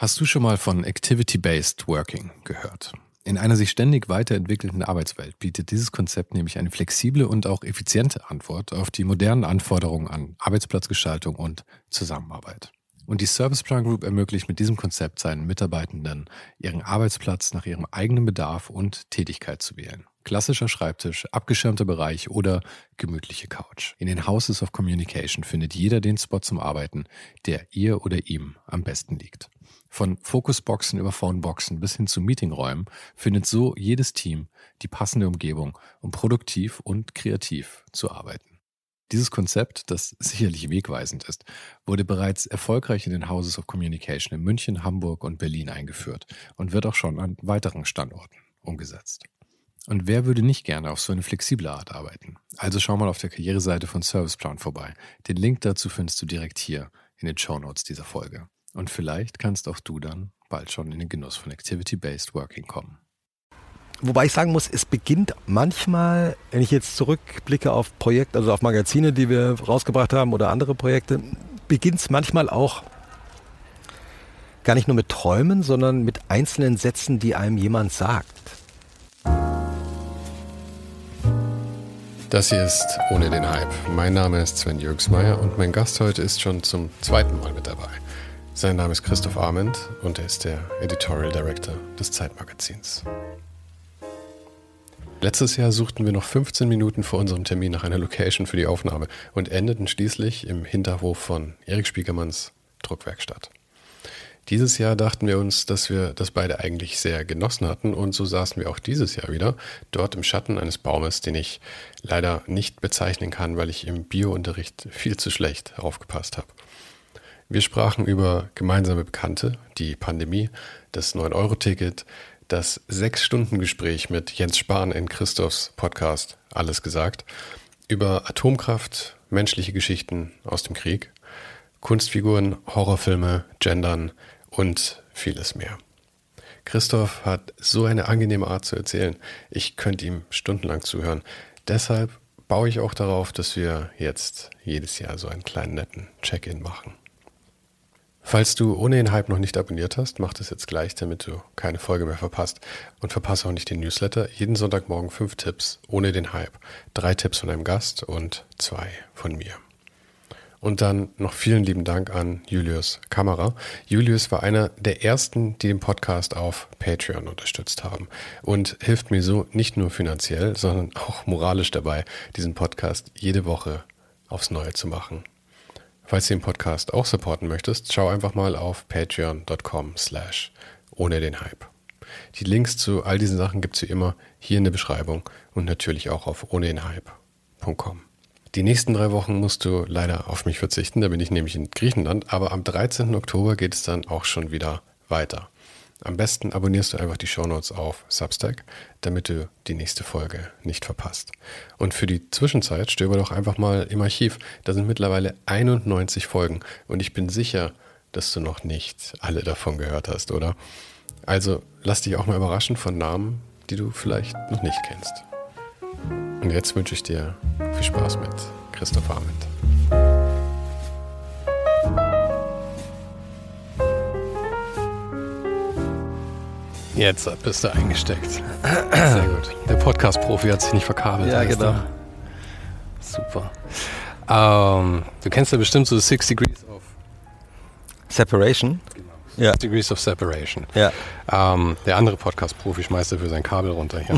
Hast du schon mal von Activity-Based Working gehört? In einer sich ständig weiterentwickelnden Arbeitswelt bietet dieses Konzept nämlich eine flexible und auch effiziente Antwort auf die modernen Anforderungen an Arbeitsplatzgestaltung und Zusammenarbeit. Und die Serviceplan Group ermöglicht mit diesem Konzept seinen Mitarbeitenden, ihren Arbeitsplatz nach ihrem eigenen Bedarf und Tätigkeit zu wählen. Klassischer Schreibtisch, abgeschirmter Bereich oder gemütliche Couch. In den Houses of Communication findet jeder den Spot zum Arbeiten, der ihr oder ihm am besten liegt. Von Fokusboxen über Phoneboxen bis hin zu Meetingräumen findet so jedes Team die passende Umgebung, um produktiv und kreativ zu arbeiten. Dieses Konzept, das sicherlich wegweisend ist, wurde bereits erfolgreich in den Houses of Communication in München, Hamburg und Berlin eingeführt und wird auch schon an weiteren Standorten umgesetzt. Und wer würde nicht gerne auf so eine flexible Art arbeiten? Also schau mal auf der Karriereseite von Serviceplan vorbei. Den Link dazu findest du direkt hier in den Shownotes dieser Folge. Und vielleicht kannst auch du dann bald schon in den Genuss von Activity-Based Working kommen. Wobei ich sagen muss, es beginnt manchmal, wenn ich jetzt zurückblicke auf Projekte, also auf Magazine, die wir rausgebracht haben oder andere Projekte, beginnt es manchmal auch gar nicht nur mit Träumen, sondern mit einzelnen Sätzen, die einem jemand sagt. Das hier ist Ohne den Hype. Mein Name ist Sven Jürgsmeier und mein Gast heute ist schon zum zweiten Mal mit dabei. Sein Name ist Christoph Arment und er ist der Editorial Director des Zeitmagazins. Letztes Jahr suchten wir noch 15 Minuten vor unserem Termin nach einer Location für die Aufnahme und endeten schließlich im Hinterhof von Erik Spiekermanns Druckwerkstatt. Dieses Jahr dachten wir uns, dass wir das beide eigentlich sehr genossen hatten und so saßen wir auch dieses Jahr wieder dort im Schatten eines Baumes, den ich leider nicht bezeichnen kann, weil ich im Biounterricht viel zu schlecht aufgepasst habe. Wir sprachen über gemeinsame Bekannte, die Pandemie, das 9-Euro-Ticket, das 6-Stunden-Gespräch mit Jens Spahn in Christophs Podcast Alles gesagt, über Atomkraft, menschliche Geschichten aus dem Krieg, Kunstfiguren, Horrorfilme, Gendern und vieles mehr. Christoph hat so eine angenehme Art zu erzählen, ich könnte ihm stundenlang zuhören. Deshalb baue ich auch darauf, dass wir jetzt jedes Jahr so einen kleinen netten Check-in machen. Falls du ohne den Hype noch nicht abonniert hast, mach das jetzt gleich, damit du keine Folge mehr verpasst. Und verpasse auch nicht den Newsletter. Jeden Sonntagmorgen 5 Tipps ohne den Hype. 3 Tipps von einem Gast und 2 von mir. Und dann noch vielen lieben Dank an Julius Kammerer. Julius war einer der ersten, die den Podcast auf Patreon unterstützt haben und hilft mir so nicht nur finanziell, sondern auch moralisch dabei, diesen Podcast jede Woche aufs Neue zu machen. Falls du den Podcast auch supporten möchtest, schau einfach mal auf patreon.com/ohne den Hype. Die Links zu all diesen Sachen gibt's wie immer hier in der Beschreibung und natürlich auch auf ohnedenhype.com. Die nächsten 3 Wochen musst du leider auf mich verzichten, da bin ich nämlich in Griechenland, aber am 13. Oktober geht es dann auch schon wieder weiter. Am besten abonnierst du einfach die Shownotes auf Substack, damit du die nächste Folge nicht verpasst. Und für die Zwischenzeit stöber doch einfach mal im Archiv. Da sind mittlerweile 91 Folgen und ich bin sicher, dass du noch nicht alle davon gehört hast, oder? Also lass dich auch mal überraschen von Namen, die du vielleicht noch nicht kennst. Und jetzt wünsche ich dir viel Spaß mit Christoph Arment. Jetzt bist du eingesteckt. Sehr gut. Der Podcast-Profi hat sich nicht verkabelt. Ja, genau. Super. Du kennst ja bestimmt so 6 Degrees of Separation? Genau. Ja. 6 Degrees of Separation. Ja. Der andere Podcast-Profi schmeißt dafür sein Kabel runter hier.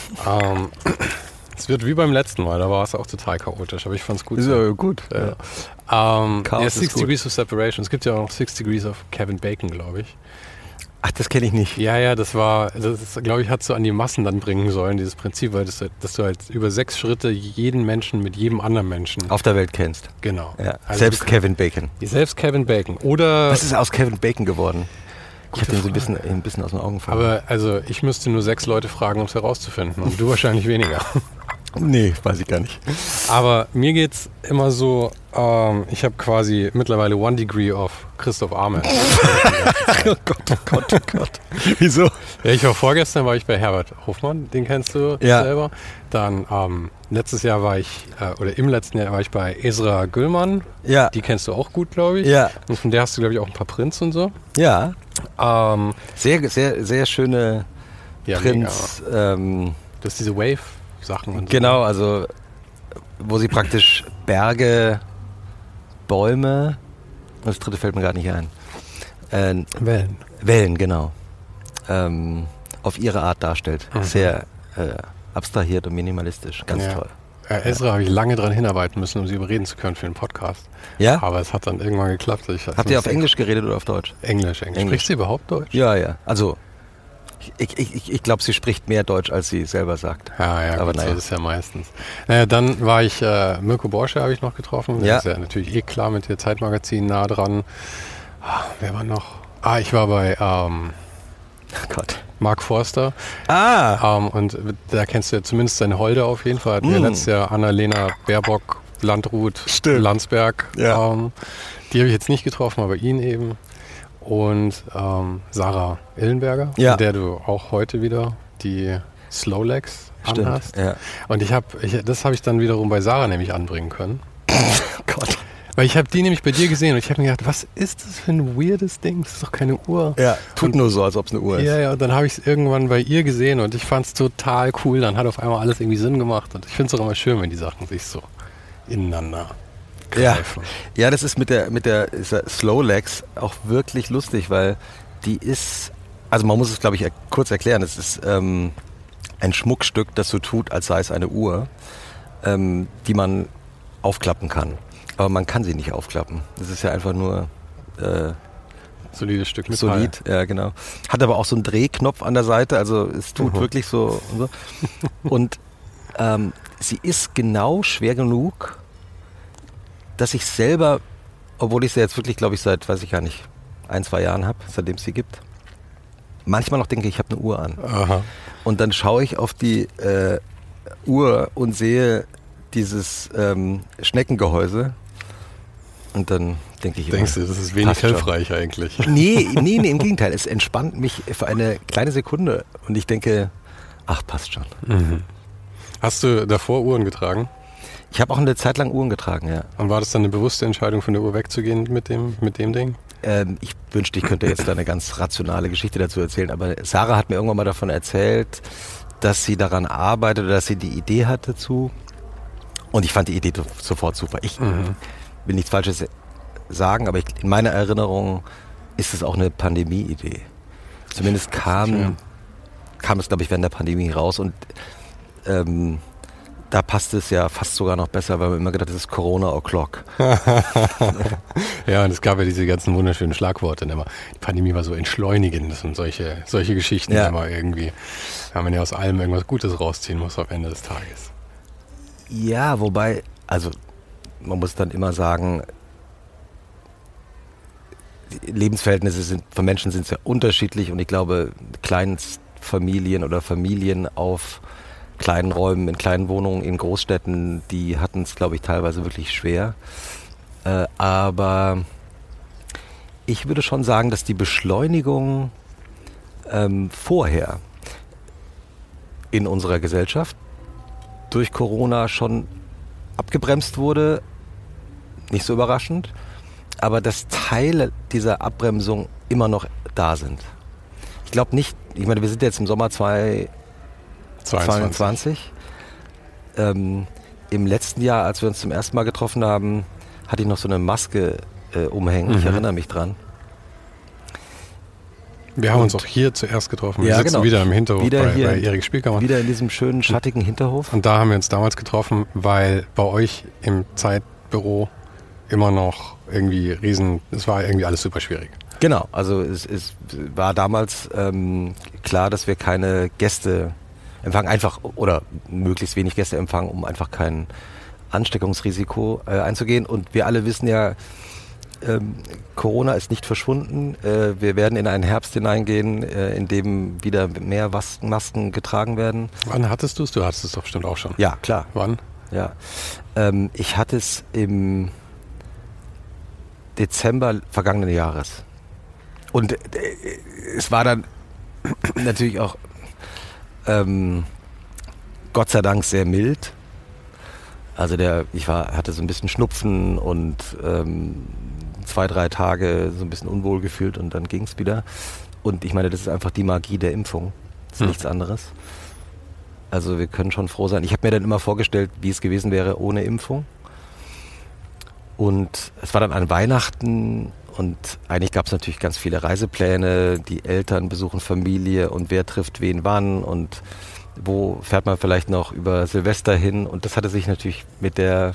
Es wird wie beim letzten Mal, da war es auch total chaotisch, aber ich fand es gut. Ist ja gut. Ja. Chaos ist 6 gut. Degrees of Separation. Es gibt ja auch noch 6 Degrees of Kevin Bacon, glaube ich. Ach, das kenne ich nicht. Ja, das glaube ich, hat so an die Massen dann bringen sollen, dieses Prinzip, weil dass du halt über 6 Schritte jeden Menschen mit jedem anderen Menschen Auf der Welt kennst. Genau. Ja. Also Selbst Kevin Bacon. Selbst Kevin Bacon. Oder. Was ist aus Kevin Bacon geworden? Ich habe den so Frage. ein bisschen aus den Augen verloren. Aber also ich müsste nur 6 Leute fragen, um es herauszufinden. Und du wahrscheinlich weniger. Nee, weiß ich gar nicht. Aber mir geht's immer so, ich habe quasi mittlerweile 1 Degree of Christoph Arment. Oh Gott. Wieso? Ja, vorgestern war ich bei Herbert Hofmann, den kennst du selber. Dann letztes Jahr war ich, oder im letzten Jahr war ich bei Esra Güllmann. Ja. Die kennst du auch gut, glaube ich. Ja. Und von der hast du, glaube ich, auch ein paar Prints und so. Ja. Sehr, sehr, sehr schöne Prints. Du hast diese Wave-Sachen. Und genau, so. Also wo sie praktisch Berge, Bäume, das dritte fällt mir gerade nicht ein. Wellen, genau. Auf ihre Art darstellt. Sehr abstrahiert und minimalistisch. Ganz toll. Ezra habe ich lange dran hinarbeiten müssen, um sie überreden zu können für den Podcast. Ja? Aber es hat dann irgendwann geklappt. Habt ihr auf Englisch geredet oder auf Deutsch? Englisch. Spricht sie überhaupt Deutsch? Ja. Also, ich glaube, sie spricht mehr Deutsch, als sie selber sagt. Ja, aber so ist es ja meistens. Naja, dann war ich, Mirko Borsche habe ich noch getroffen. Der ist ja natürlich klar mit der Zeitmagazin nah dran. Wer war noch? Ich war bei Mark Forster. Und da kennst du ja zumindest seine Holde auf jeden Fall. Hatten wir letztes Jahr Annalena Baerbock, Landrut, Landsberg. Ja. Die habe ich jetzt nicht getroffen, aber ihn eben. Und Sarah Illenberger, mit der du auch heute wieder die Slow Legs anhast. Ja. Und das habe ich dann wiederum bei Sarah nämlich anbringen können. Gott. Weil ich habe die nämlich bei dir gesehen und ich habe mir gedacht, was ist das für ein weirdes Ding? Das ist doch keine Uhr. Ja, tut nur so, als ob es eine Uhr ist. Ja, und dann habe ich es irgendwann bei ihr gesehen und ich fand es total cool. Dann hat auf einmal alles irgendwie Sinn gemacht und ich finde es auch immer schön, wenn die Sachen sich so ineinander greifen. Ja, das ist mit der Slow Legs auch wirklich lustig, weil die ist, also man muss es glaube ich kurz erklären, es ist ein Schmuckstück, das so tut, als sei es eine Uhr, die man aufklappen kann. Aber man kann sie nicht aufklappen. Das ist ja einfach nur solides Stück Metall. Solid, ja genau. Hat aber auch so einen Drehknopf an der Seite, also es tut wirklich so. Und sie ist genau schwer genug, dass ich selber, obwohl ich sie jetzt wirklich, glaube ich, seit, weiß ich gar nicht, 1-2 Jahren habe, seitdem es sie gibt, manchmal noch denke, ich habe eine Uhr an. Aha. Und dann schaue ich auf die Uhr und sehe dieses Schneckengehäuse. Und dann denke ich Denkst du, das ist wenig hilfreich eigentlich? Nee, im Gegenteil. Es entspannt mich für eine kleine Sekunde. Und ich denke, passt schon. Mhm. Hast du davor Uhren getragen? Ich habe auch eine Zeit lang Uhren getragen, ja. Und war das dann eine bewusste Entscheidung, von der Uhr wegzugehen mit dem Ding? Ich wünschte, ich könnte jetzt da eine ganz rationale Geschichte dazu erzählen. Aber Sarah hat mir irgendwann mal davon erzählt, dass sie daran arbeitet oder dass sie die Idee hat dazu. Und ich fand die Idee sofort super. Ich will nichts Falsches sagen, aber in meiner Erinnerung ist es auch eine Pandemie-Idee. Zumindest kam es, glaube ich, während der Pandemie raus und da passt es ja fast sogar noch besser, weil man immer gedacht hat, das ist Corona o'clock. Ja, und es gab ja diese ganzen wunderschönen Schlagworte immer. Die Pandemie war so entschleunigend und solche Geschichten immer irgendwie, weil man ja aus allem irgendwas Gutes rausziehen muss am Ende des Tages. Ja, wobei, also man muss dann immer sagen, Lebensverhältnisse von Menschen sind sehr unterschiedlich und ich glaube, Kleinstfamilien oder Familien auf kleinen Räumen, in kleinen Wohnungen, in Großstädten, die hatten es, glaube ich, teilweise wirklich schwer. Aber ich würde schon sagen, dass die Beschleunigung vorher in unserer Gesellschaft durch Corona schon abgebremst wurde. Nicht so überraschend. Aber dass Teile dieser Abbremsung immer noch da sind. Ich glaube nicht, ich meine, wir sind jetzt im Sommer 2022. Im letzten Jahr, als wir uns zum ersten Mal getroffen haben, hatte ich noch so eine Maske umhängen. Ich erinnere mich dran. Wir haben uns auch hier zuerst getroffen. Wir sitzen wieder im Hinterhof bei Erik Spielkammer. Wieder in diesem schönen, schattigen Hinterhof. Und da haben wir uns damals getroffen, weil bei euch im Zeitbüro immer noch irgendwie es war irgendwie alles super schwierig. Genau, also es war damals klar, dass wir keine Gäste empfangen, oder möglichst wenig Gäste empfangen, um einfach kein Ansteckungsrisiko einzugehen. Und wir alle wissen ja, Corona ist nicht verschwunden. Wir werden in einen Herbst hineingehen, in dem wieder mehr Masken getragen werden. Wann hattest du es? Du hattest es doch bestimmt auch schon. Ja, klar. Wann? Ja, ich hatte es im Dezember vergangenen Jahres. Und es war dann natürlich auch Gott sei Dank sehr mild. Also hatte so ein bisschen Schnupfen und 2-3 Tage so ein bisschen unwohl gefühlt und dann ging es wieder. Und ich meine, das ist einfach die Magie der Impfung. Das ist nichts anderes. Also wir können schon froh sein. Ich habe mir dann immer vorgestellt, wie es gewesen wäre ohne Impfung. Und es war dann an Weihnachten und eigentlich gab es natürlich ganz viele Reisepläne. Die Eltern besuchen Familie und wer trifft wen wann und wo fährt man vielleicht noch über Silvester hin. Und das hatte sich natürlich mit dem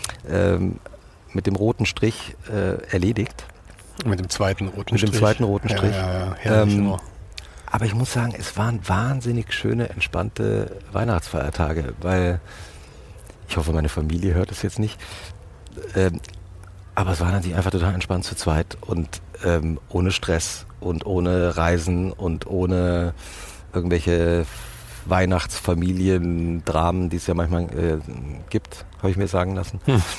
roten Strich erledigt. Mit dem zweiten roten Strich. Mit dem zweiten roten Strich. Ja, aber ich muss sagen, es waren wahnsinnig schöne, entspannte Weihnachtsfeiertage, weil ich hoffe, meine Familie hört es jetzt nicht. Aber es war natürlich einfach total entspannt zu zweit und ohne Stress und ohne Reisen und ohne irgendwelche Weihnachtsfamiliendramen, die es ja manchmal gibt, habe ich mir sagen lassen.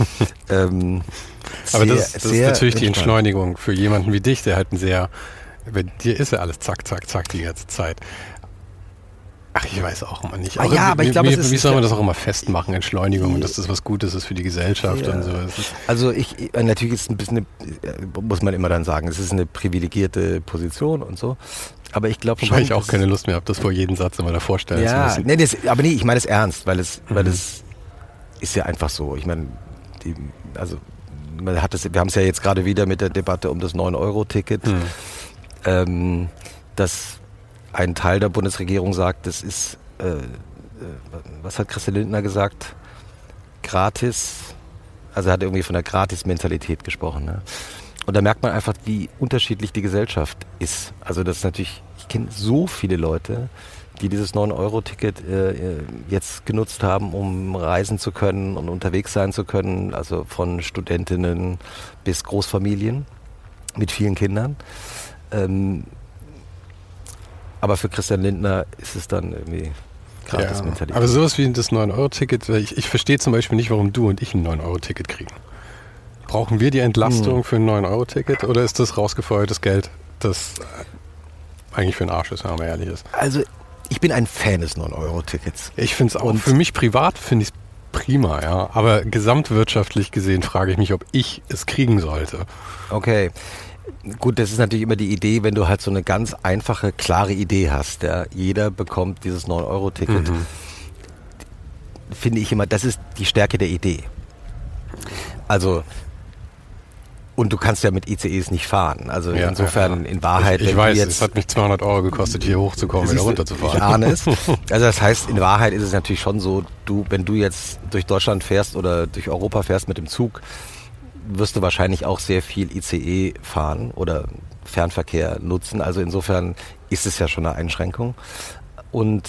Aber das ist natürlich die Entschleunigung für jemanden wie dich, der halt bei dir ist ja alles zack, zack, zack die ganze Zeit. Ach, ich weiß auch immer nicht. Auch aber ich glaube, wie soll man das auch immer festmachen, Entschleunigung und dass das was Gutes ist für die Gesellschaft und so. Also natürlich ist ein bisschen, muss man immer dann sagen, es ist eine privilegierte Position und so. Aber ich glaube schon. Wobei ich auch keine Lust mehr habe, das vor jedem Satz immer davor stellen zu müssen. Ich meine es ernst, weil es ist ja einfach so. Ich meine, wir haben es ja jetzt gerade wieder mit der Debatte um das 9-Euro-Ticket, dass ein Teil der Bundesregierung sagt, das ist, was hat Christian Lindner gesagt? Gratis, also er hat irgendwie von der Gratis-Mentalität gesprochen. Ne? Und da merkt man einfach, wie unterschiedlich die Gesellschaft ist. Also das ist natürlich, ich kenne so viele Leute, die dieses 9-Euro-Ticket jetzt genutzt haben, um reisen zu können und unterwegs sein zu können, also von Studentinnen bis Großfamilien mit vielen Kindern. Aber für Christian Lindner ist es dann irgendwie Gratis-Mentalität. Aber sowas wie das 9-Euro-Ticket, ich verstehe zum Beispiel nicht, warum du und ich ein 9-Euro-Ticket kriegen. Brauchen wir die Entlastung für ein 9-Euro-Ticket oder ist das rausgefeuertes Geld, das eigentlich für den Arsch ist, wenn man ehrlich ist? Also ich bin ein Fan des 9-Euro-Tickets. Ich finde es auch, für mich privat finde ich es prima, ja. Aber gesamtwirtschaftlich gesehen frage ich mich, ob ich es kriegen sollte. Okay. Gut, das ist natürlich immer die Idee, wenn du halt so eine ganz einfache, klare Idee hast. Ja. Jeder bekommt dieses 9-Euro-Ticket. Finde ich immer, das ist die Stärke der Idee. Also, und du kannst ja mit ICEs nicht fahren. Also insofern in Wahrheit... Ich weiß, es hat mich 200 Euro gekostet, hier hochzukommen, wieder runterzufahren. Ich ahne es. Also das heißt, in Wahrheit ist es natürlich schon so, wenn du jetzt durch Deutschland fährst oder durch Europa fährst mit dem Zug, wirst du wahrscheinlich auch sehr viel ICE fahren oder Fernverkehr nutzen. Also insofern ist es ja schon eine Einschränkung. Und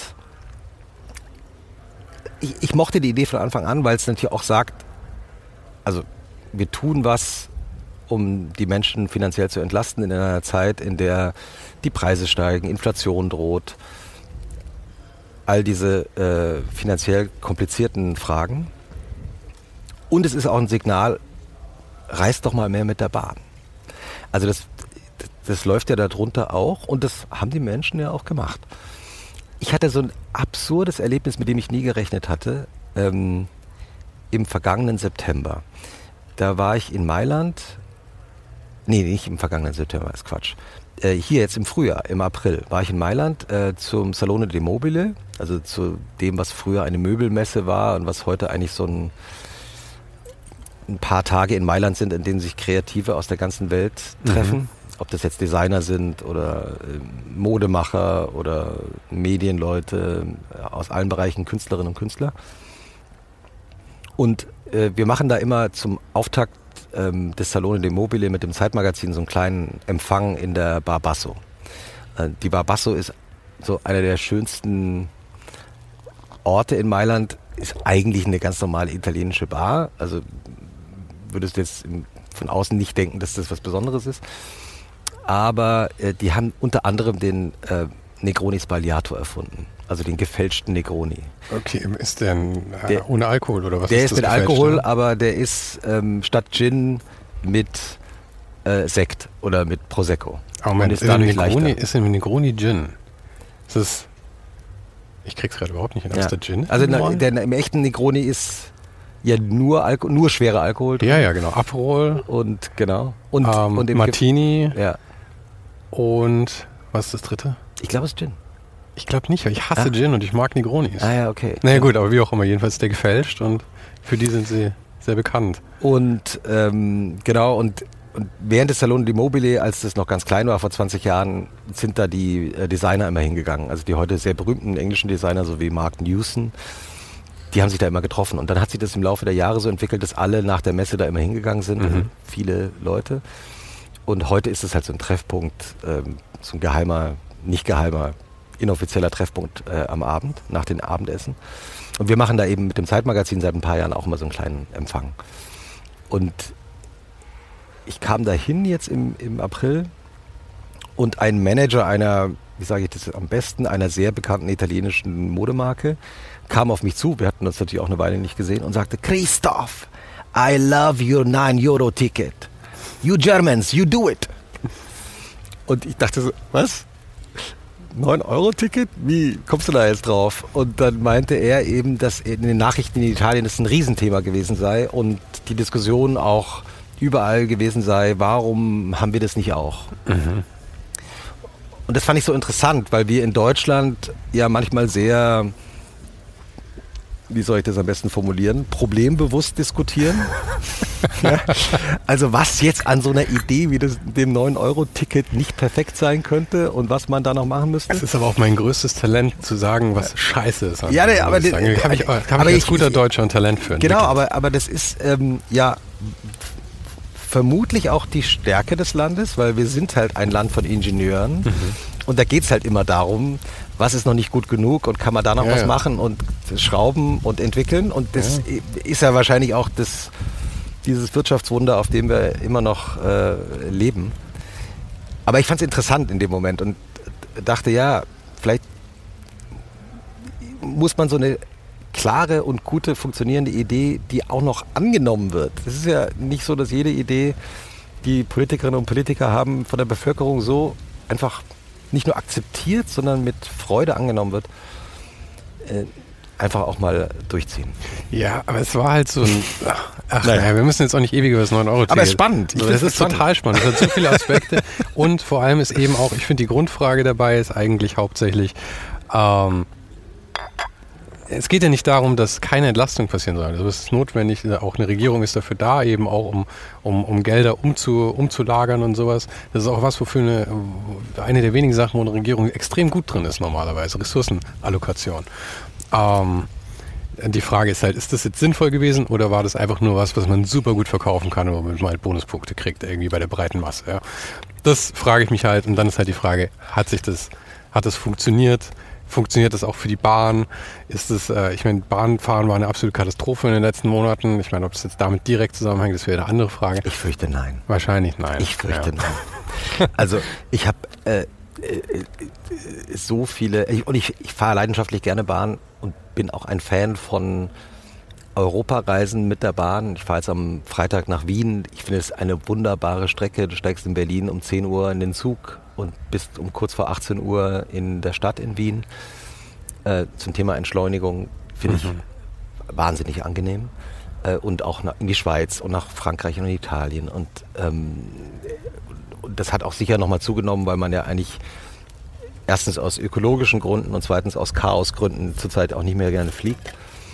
ich mochte die Idee von Anfang an, weil es natürlich auch sagt, also wir tun was, um die Menschen finanziell zu entlasten in einer Zeit, in der die Preise steigen, Inflation droht, all diese finanziell komplizierten Fragen. Und es ist auch ein Signal, reist doch mal mehr mit der Bahn. Also das läuft ja darunter auch und das haben die Menschen ja auch gemacht. Ich hatte so ein absurdes Erlebnis, mit dem ich nie gerechnet hatte, im vergangenen September. Da war ich in Mailand, nicht im vergangenen September, ist Quatsch. Hier jetzt im Frühjahr, im April, war ich in Mailand zum Salone del Mobile, also zu dem, was früher eine Möbelmesse war und was heute eigentlich so ein paar Tage in Mailand sind, in denen sich Kreative aus der ganzen Welt treffen. Ob das jetzt Designer sind oder Modemacher oder Medienleute aus allen Bereichen, Künstlerinnen und Künstler. Und wir machen da immer zum Auftakt des Salone del Mobile mit dem Zeitmagazin so einen kleinen Empfang in der Bar Basso. Die Bar Basso ist so einer der schönsten Orte in Mailand, ist eigentlich eine ganz normale italienische Bar. Also würdest du jetzt von außen nicht denken, dass das was Besonderes ist. Aber die haben unter anderem den Negroni Sbagliato erfunden. Also den gefälschten Negroni. Okay, ist der ohne Alkohol oder was? Der ist mit Alkohol, aber der ist statt Gin mit Sekt oder mit Prosecco. Oh Moment, ist ein Negroni Gin? Ich krieg's gerade überhaupt nicht hin. Ist der Gin? Also im echten Negroni ist... Ja, nur schwerer Alkohol drin. Ja, genau. Aperol. Und genau. Und Martini. Ja. Und was ist das dritte? Ich glaube, es ist Gin. Ich glaube nicht, weil ich hasse Gin und ich mag Negronis. Ah ja, okay. Naja gut, aber wie auch immer, jedenfalls ist der gefälscht und für die sind sie sehr bekannt. Und genau, und während des Salon d'Immobile, als das noch ganz klein war, vor 20 Jahren, sind da die Designer immer hingegangen. Also die heute sehr berühmten englischen Designer, so wie Mark Newson, die haben sich da immer getroffen. Und dann hat sich das im Laufe der Jahre so entwickelt, dass alle nach der Messe da immer hingegangen sind, viele Leute. Und heute ist es halt so ein Treffpunkt, so ein nicht geheimer, inoffizieller Treffpunkt am Abend, nach den Abendessen. Und wir machen da eben mit dem Zeitmagazin seit ein paar Jahren auch immer so einen kleinen Empfang. Und ich kam da hin jetzt im April und ein Manager einer, wie sage ich das am besten, einer sehr bekannten italienischen Modemarke kam auf mich zu, wir hatten uns natürlich auch eine Weile nicht gesehen, und sagte: Christoph, I love your 9-Euro-Ticket. You Germans, you do it. Und ich dachte so, was? 9-Euro-Ticket? Wie kommst du da jetzt drauf? Und dann meinte er eben, dass in den Nachrichten in Italien das ein Riesenthema gewesen sei und die Diskussion auch überall gewesen sei, warum haben wir das nicht auch? Und das fand ich so interessant, weil wir in Deutschland ja manchmal sehr, wie soll ich das am besten formulieren, problembewusst diskutieren. Ja? Also was jetzt an so einer Idee wie dem 9-Euro-Ticket nicht perfekt sein könnte und was man da noch machen müsste. Es ist aber auch mein größtes Talent, zu sagen, was scheiße ist. Ja, nee, aber habe ich als guter Deutscher ein Talent für. Genau, aber das ist ja vermutlich auch die Stärke des Landes, weil wir sind halt ein Land von Ingenieuren. Und da geht es halt immer darum, was ist noch nicht gut genug und kann man da noch was machen und schrauben und entwickeln. Und das ist ja wahrscheinlich auch dieses Wirtschaftswunder, auf dem wir immer noch leben. Aber ich fand es interessant in dem Moment und dachte, ja, vielleicht muss man so eine klare und gute, funktionierende Idee, die auch noch angenommen wird. Es ist ja nicht so, dass jede Idee, die Politikerinnen und Politiker haben, von der Bevölkerung so einfach nicht nur akzeptiert, sondern mit Freude angenommen wird. Einfach auch mal durchziehen. Ja, aber es war halt so ein... Naja, wir müssen jetzt auch nicht ewig über das 9-Euro-Ticket. Aber es ist spannend. Das ist total spannend. Es hat so viele Aspekte. Und vor allem ist eben auch, ich finde, die Grundfrage dabei ist eigentlich hauptsächlich... es geht ja nicht darum, dass keine Entlastung passieren soll. Also es ist notwendig, auch eine Regierung ist dafür da, eben auch um Gelder umzulagern und sowas. Das ist auch was, wofür eine der wenigen Sachen, wo eine Regierung extrem gut drin ist normalerweise, Ressourcenallokation. Die Frage ist halt, ist das jetzt sinnvoll gewesen oder war das einfach nur was man super gut verkaufen kann, womit man halt Bonuspunkte kriegt, irgendwie bei der breiten Masse. Ja? Das frage ich mich halt und dann ist halt die Frage, hat das funktioniert? Funktioniert das auch für die Bahn? Ist es, ich meine, Bahnfahren war eine absolute Katastrophe in den letzten Monaten. Ich meine, ob es jetzt damit direkt zusammenhängt, das wäre eine andere Frage. Ich fürchte nein. Wahrscheinlich nein. Ich fürchte nein. Also ich habe so viele, ich fahre leidenschaftlich gerne Bahn und bin auch ein Fan von Europareisen mit der Bahn. Ich fahre jetzt am Freitag nach Wien. Ich finde es eine wunderbare Strecke. Du steigst in Berlin um 10 Uhr in den Zug und bist um kurz vor 18 Uhr in der Stadt in Wien. Zum Thema Entschleunigung finde ich wahnsinnig angenehm. Und auch in die Schweiz und nach Frankreich und Italien. Und das hat auch sicher nochmal zugenommen, weil man ja eigentlich erstens aus ökologischen Gründen und zweitens aus Chaosgründen zurzeit auch nicht mehr gerne fliegt.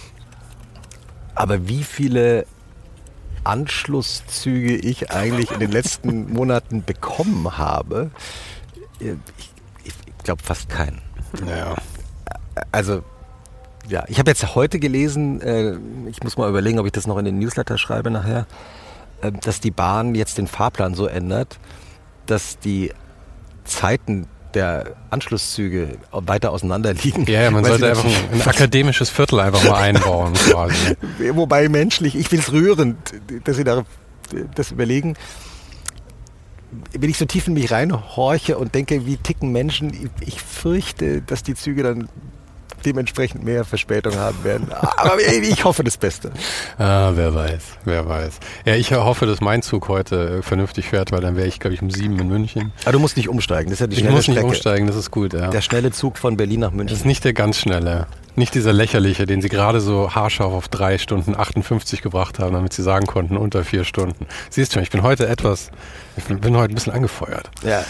Aber wie viele Anschlusszüge ich eigentlich in den letzten Monaten bekommen habe, ich glaube fast keinen. Ja. Also, ja, ich habe jetzt heute gelesen, ich muss mal überlegen, ob ich das noch in den Newsletter schreibe nachher, dass die Bahn jetzt den Fahrplan so ändert, dass die Zeiten der Anschlusszüge weiter auseinander liegen. Ja, man sollte einfach ein akademisches Viertel einfach mal einbauen. Quasi. Wobei menschlich, ich finde es rührend, dass Sie das überlegen. Wenn ich so tief in mich reinhorche und denke, wie ticken Menschen, ich fürchte, dass die Züge dann dementsprechend mehr Verspätung haben werden. Aber ich hoffe das Beste. Wer weiß. Ja, ich hoffe, dass mein Zug heute vernünftig fährt, weil dann wäre ich, glaube ich, um 7 in München. Aber du musst nicht umsteigen, das ist ja die schnelle Ich muss Strecke. nicht umsteigen, das ist gut, ja. Der schnelle Zug von Berlin nach Das München. ist nicht der ganz schnelle. Nicht dieser lächerliche, den sie gerade so haarscharf auf 3 Stunden 58 gebracht haben, damit sie sagen konnten, unter 4 Stunden. Siehst du, ich bin heute ein bisschen angefeuert. Ja.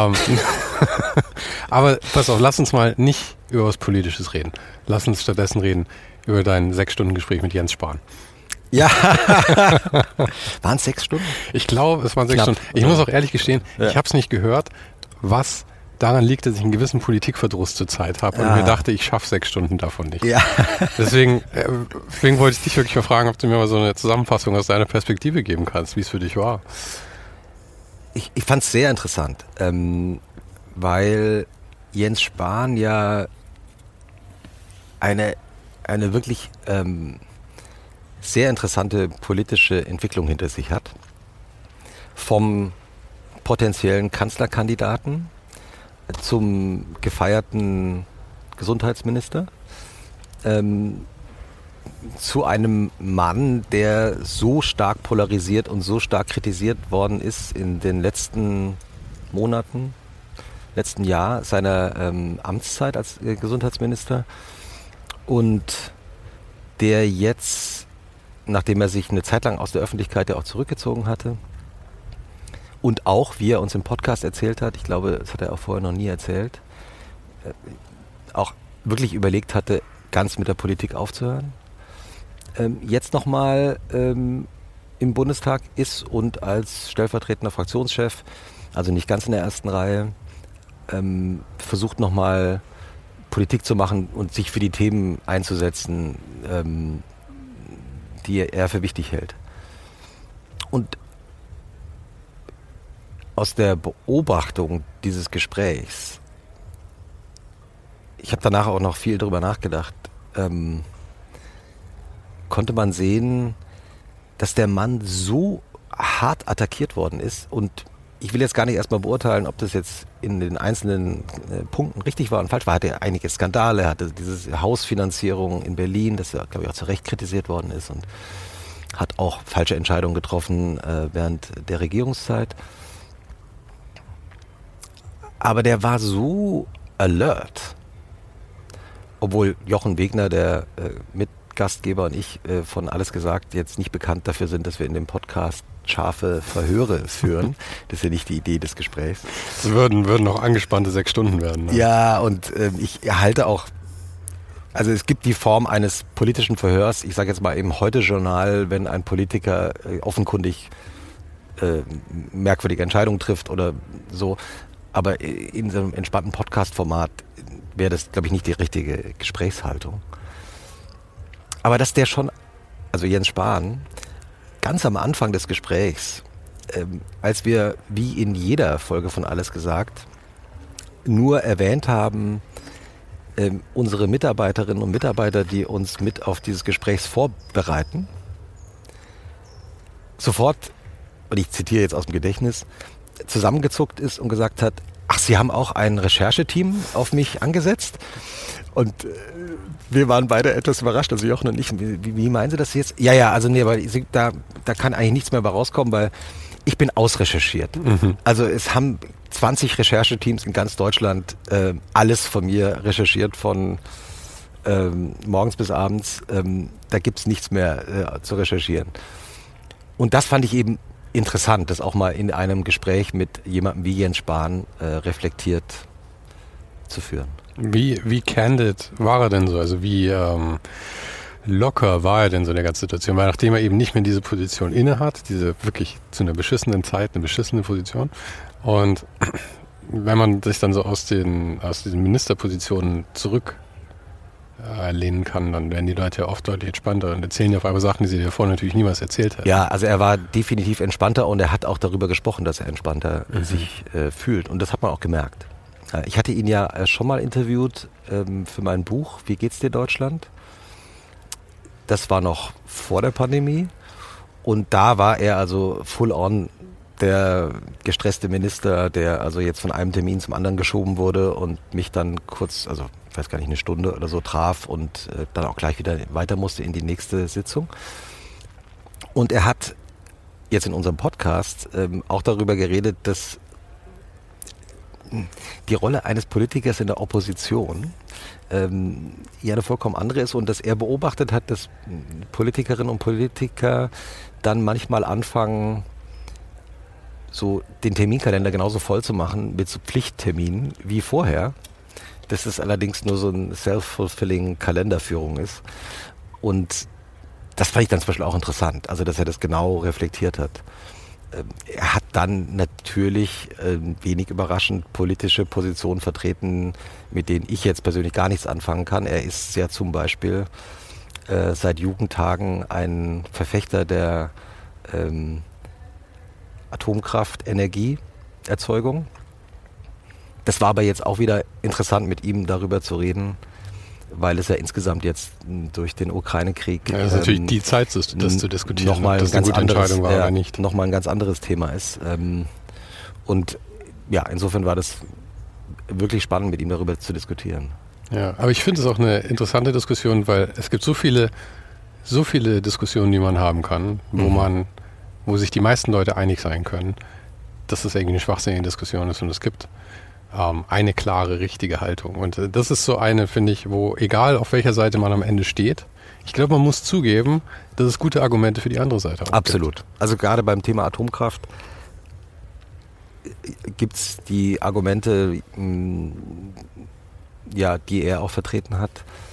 Aber pass auf, lass uns mal nicht über was Politisches reden. Lass uns stattdessen reden über dein 6-Stunden-Gespräch mit Jens Spahn. Ja. Waren es 6 Stunden? Ich glaube, es waren 6 Knapp. Stunden. Ich muss auch ehrlich gestehen, Ja. ich habe es nicht gehört, was daran liegt, dass ich einen gewissen Politikverdruss zur Zeit habe und mir dachte, ich schaffe 6 Stunden davon nicht. Ja. Deswegen wollte ich dich wirklich mal fragen, ob du mir mal so eine Zusammenfassung aus deiner Perspektive geben kannst, wie es für dich war. Ich fand es sehr interessant, weil Jens Spahn ja eine wirklich sehr interessante politische Entwicklung hinter sich hat. Vom potenziellen Kanzlerkandidaten zum gefeierten Gesundheitsminister, zu einem Mann, der so stark polarisiert und so stark kritisiert worden ist in den letzten Monaten, letzten Jahr seiner Amtszeit als Gesundheitsminister und der jetzt, nachdem er sich eine Zeit lang aus der Öffentlichkeit ja auch zurückgezogen hatte und auch, wie er uns im Podcast erzählt hat, ich glaube, das hat er auch vorher noch nie erzählt, auch wirklich überlegt hatte, ganz mit der Politik aufzuhören, jetzt nochmal im Bundestag ist und als stellvertretender Fraktionschef, also nicht ganz in der ersten Reihe, versucht nochmal Politik zu machen und sich für die Themen einzusetzen, die er für wichtig hält. Und aus der Beobachtung dieses Gesprächs, ich habe danach auch noch viel drüber nachgedacht, konnte man sehen, dass der Mann so hart attackiert worden ist und ich will jetzt gar nicht erstmal beurteilen, ob das jetzt in den einzelnen Punkten richtig war und falsch war. Er hatte einige Skandale, er hatte diese Hausfinanzierung in Berlin, das ja, glaube ich, auch zu Recht kritisiert worden ist und hat auch falsche Entscheidungen getroffen während der Regierungszeit. Aber der war so alert, obwohl Jochen Wegner, der Mitgastgeber und ich von Alles gesagt jetzt nicht bekannt dafür sind, dass wir in dem Podcast scharfe Verhöre führen. Das ist ja nicht die Idee des Gesprächs. Es würden noch angespannte 6 Stunden werden. Ne? Ja, und ich erhalte auch, also es gibt die Form eines politischen Verhörs, ich sage jetzt mal im Heute-Journal, wenn ein Politiker offenkundig merkwürdige Entscheidungen trifft oder so, aber in so einem entspannten Podcast-Format wäre das, glaube ich, nicht die richtige Gesprächshaltung. Aber dass der schon, also Jens Spahn, ganz am Anfang des Gesprächs, als wir, wie in jeder Folge von Alles gesagt, nur erwähnt haben, unsere Mitarbeiterinnen und Mitarbeiter, die uns mit auf dieses Gespräch vorbereiten, sofort, und ich zitiere jetzt aus dem Gedächtnis, zusammengezuckt ist und gesagt hat, ach, Sie haben auch ein Rechercheteam auf mich angesetzt? Und wir waren beide etwas überrascht, also Jochen und ich. Wie meinen Sie das jetzt? Ja, also nee, weil da kann eigentlich nichts mehr bei rauskommen, weil ich bin ausrecherchiert. Mhm. Also es haben 20 Rechercheteams in ganz Deutschland alles von mir recherchiert, von morgens bis abends. Da gibt's nichts mehr zu recherchieren. Und das fand ich eben interessant, das auch mal in einem Gespräch mit jemandem wie Jens Spahn reflektiert zu führen. Wie candid war er denn so? Also wie locker war er denn so in der ganzen Situation? Weil nachdem er eben nicht mehr diese Position innehat, diese wirklich zu einer beschissenen Zeit, eine beschissene Position. Und wenn man sich dann so aus diesen Ministerpositionen zurücklehnen kann, dann werden die Leute ja oft deutlich entspannter und erzählen ja auf einmal Sachen, die sie davor natürlich niemals erzählt hätten. Ja, also er war definitiv entspannter und er hat auch darüber gesprochen, dass er entspannter sich fühlt. Und das hat man auch gemerkt. Ich hatte ihn ja schon mal interviewt für mein Buch Wie geht's dir, Deutschland? Das war noch vor der Pandemie und da war er also full on der gestresste Minister, der also jetzt von einem Termin zum anderen geschoben wurde und mich dann kurz, also ich weiß gar nicht, eine Stunde oder so traf und dann auch gleich wieder weiter musste in die nächste Sitzung. Und er hat jetzt in unserem Podcast auch darüber geredet, dass die Rolle eines Politikers in der Opposition ja eine vollkommen andere ist und dass er beobachtet hat, dass Politikerinnen und Politiker dann manchmal anfangen, so den Terminkalender genauso voll zu machen mit so Pflichtterminen wie vorher. Dass es allerdings nur so ein self-fulfilling Kalenderführung ist. Und das fand ich dann zum Beispiel auch interessant, also dass er das genau reflektiert hat. Er hat dann natürlich wenig überraschend politische Positionen vertreten, mit denen ich jetzt persönlich gar nichts anfangen kann. Er ist ja zum Beispiel seit Jugendtagen ein Verfechter der Atomkraftenergieerzeugung. Das war aber jetzt auch wieder interessant, mit ihm darüber zu reden, weil es ja insgesamt jetzt durch den Ukraine-Krieg ja, das ist natürlich die Zeit, das zu diskutieren, nochmal ob das eine gute Entscheidung war oder nicht. Nochmal ein ganz anderes Thema ist. Und ja, insofern war das wirklich spannend, mit ihm darüber zu diskutieren. Ja, aber ich finde es auch eine interessante Diskussion, weil es gibt so viele Diskussionen, die man haben kann, wo sich die meisten Leute einig sein können, dass es irgendwie eine schwachsinnige Diskussion ist und es gibt eine klare, richtige Haltung. Und das ist so eine, finde ich, wo egal auf welcher Seite man am Ende steht, ich glaube, man muss zugeben, dass es gute Argumente für die andere Seite auch Absolut. gibt. Also gerade beim Thema Atomkraft gibt es die Argumente, ja, die er auch vertreten hat.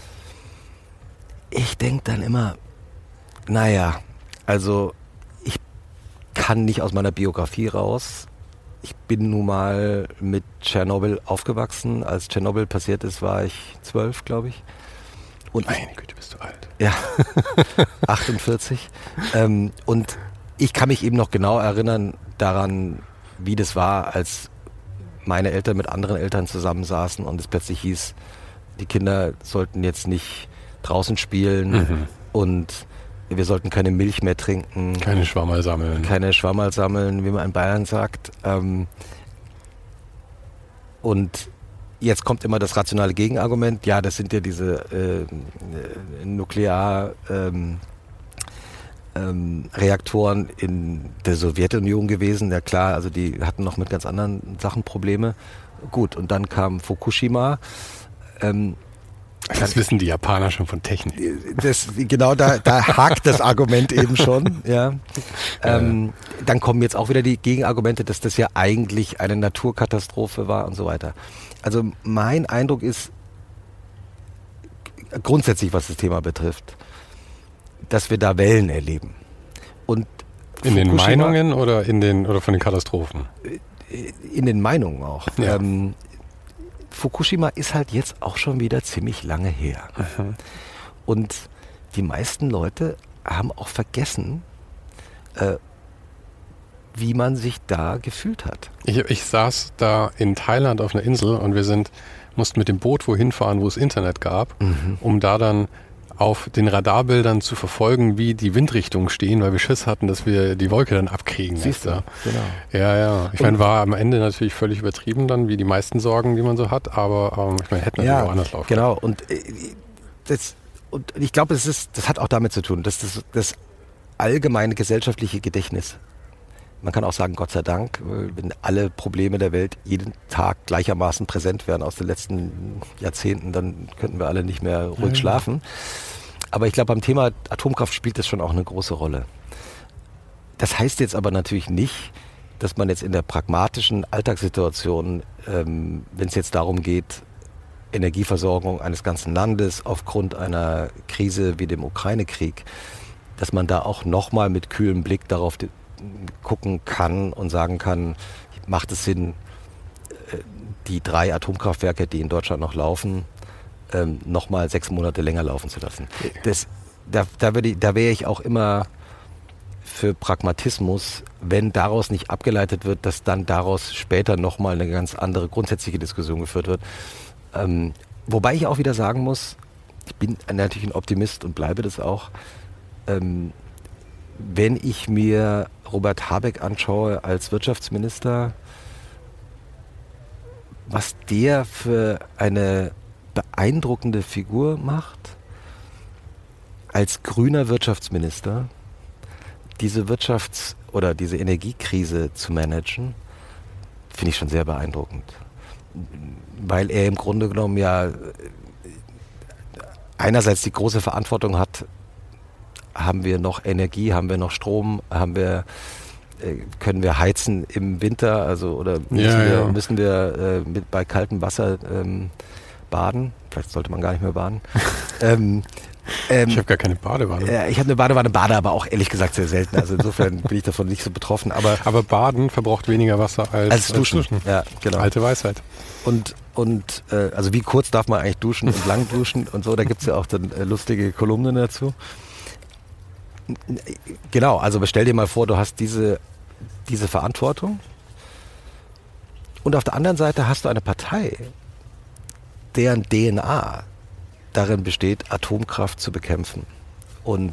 Ich denke dann immer, naja, also ich kann nicht aus meiner Biografie raus. Ich bin nun mal mit Tschernobyl aufgewachsen. Als Tschernobyl passiert ist, war ich 12, glaube ich. Und meine Güte, bist du alt. Ja, 48. Und ich kann mich eben noch genau erinnern daran, wie das war, als meine Eltern mit anderen Eltern zusammensaßen und es plötzlich hieß, die Kinder sollten jetzt nicht draußen spielen und wir sollten keine Milch mehr trinken. Keine Schwammerl sammeln. Keine Schwammerl sammeln, wie man in Bayern sagt. Und jetzt kommt immer das rationale Gegenargument. Ja, das sind ja diese Nuklearreaktoren in der Sowjetunion gewesen. Ja klar, also die hatten noch mit ganz anderen Sachen Probleme. Gut, und dann kam Fukushima. Das wissen die Japaner schon von Technik. Genau, da hakt das Argument eben schon. Ja. Dann kommen jetzt auch wieder die Gegenargumente, dass das ja eigentlich eine Naturkatastrophe war und so weiter. Also mein Eindruck ist, grundsätzlich was das Thema betrifft, dass wir da Wellen erleben. Und in den Meinungen oder von den Katastrophen? In den Meinungen auch. Ja. Fukushima ist halt jetzt auch schon wieder ziemlich lange her. Und die meisten Leute haben auch vergessen, wie man sich da gefühlt hat. Ich saß da in Thailand auf einer Insel und mussten mit dem Boot wohin fahren, wo es Internet gab, um da dann auf den Radarbildern zu verfolgen, wie die Windrichtungen stehen, weil wir Schiss hatten, dass wir die Wolke dann abkriegen. Siehst du, genau. Ja. Ich meine, war am Ende natürlich völlig übertrieben dann, wie die meisten Sorgen, die man so hat, aber ich meine, hätte natürlich auch anders laufen. Genau, und ich glaube, das hat auch damit zu tun, dass das allgemeine gesellschaftliche Gedächtnis, man kann auch sagen, Gott sei Dank, wenn alle Probleme der Welt jeden Tag gleichermaßen präsent wären aus den letzten Jahrzehnten, dann könnten wir alle nicht mehr ruhig schlafen. Aber ich glaube, beim Thema Atomkraft spielt das schon auch eine große Rolle. Das heißt jetzt aber natürlich nicht, dass man jetzt in der pragmatischen Alltagssituation, wenn es jetzt darum geht, Energieversorgung eines ganzen Landes aufgrund einer Krise wie dem Ukraine-Krieg, dass man da auch nochmal mit kühlem Blick darauf gucken kann und sagen kann, macht es Sinn, die 3 Atomkraftwerke, die in Deutschland noch laufen, nochmal 6 Monate länger laufen zu lassen. Da wäre ich auch immer für Pragmatismus, wenn daraus nicht abgeleitet wird, dass dann daraus später nochmal eine ganz andere grundsätzliche Diskussion geführt wird. Wobei ich auch wieder sagen muss, ich bin natürlich ein Optimist und bleibe das auch, wenn ich mir Robert Habeck anschaue als Wirtschaftsminister, was der für eine beeindruckende Figur macht, als grüner Wirtschaftsminister diese diese Energiekrise zu managen, finde ich schon sehr beeindruckend. Weil er im Grunde genommen ja einerseits die große Verantwortung hat, haben wir noch Energie, haben wir noch Strom, können wir heizen im Winter, also oder müssen wir bei kaltem Wasser baden? Vielleicht sollte man gar nicht mehr baden. Ich habe gar keine Badewanne. Ich habe eine Badewanne, bade aber auch ehrlich gesagt sehr selten. Also insofern bin ich davon nicht so betroffen. Aber Baden verbraucht weniger Wasser als Duschen. Ja, genau. Alte Weisheit. Und also wie kurz darf man eigentlich duschen und lang duschen und so, da gibt es ja auch dann lustige Kolumnen dazu. Genau, also stell dir mal vor, du hast diese Verantwortung und auf der anderen Seite hast du eine Partei, deren DNA darin besteht, Atomkraft zu bekämpfen und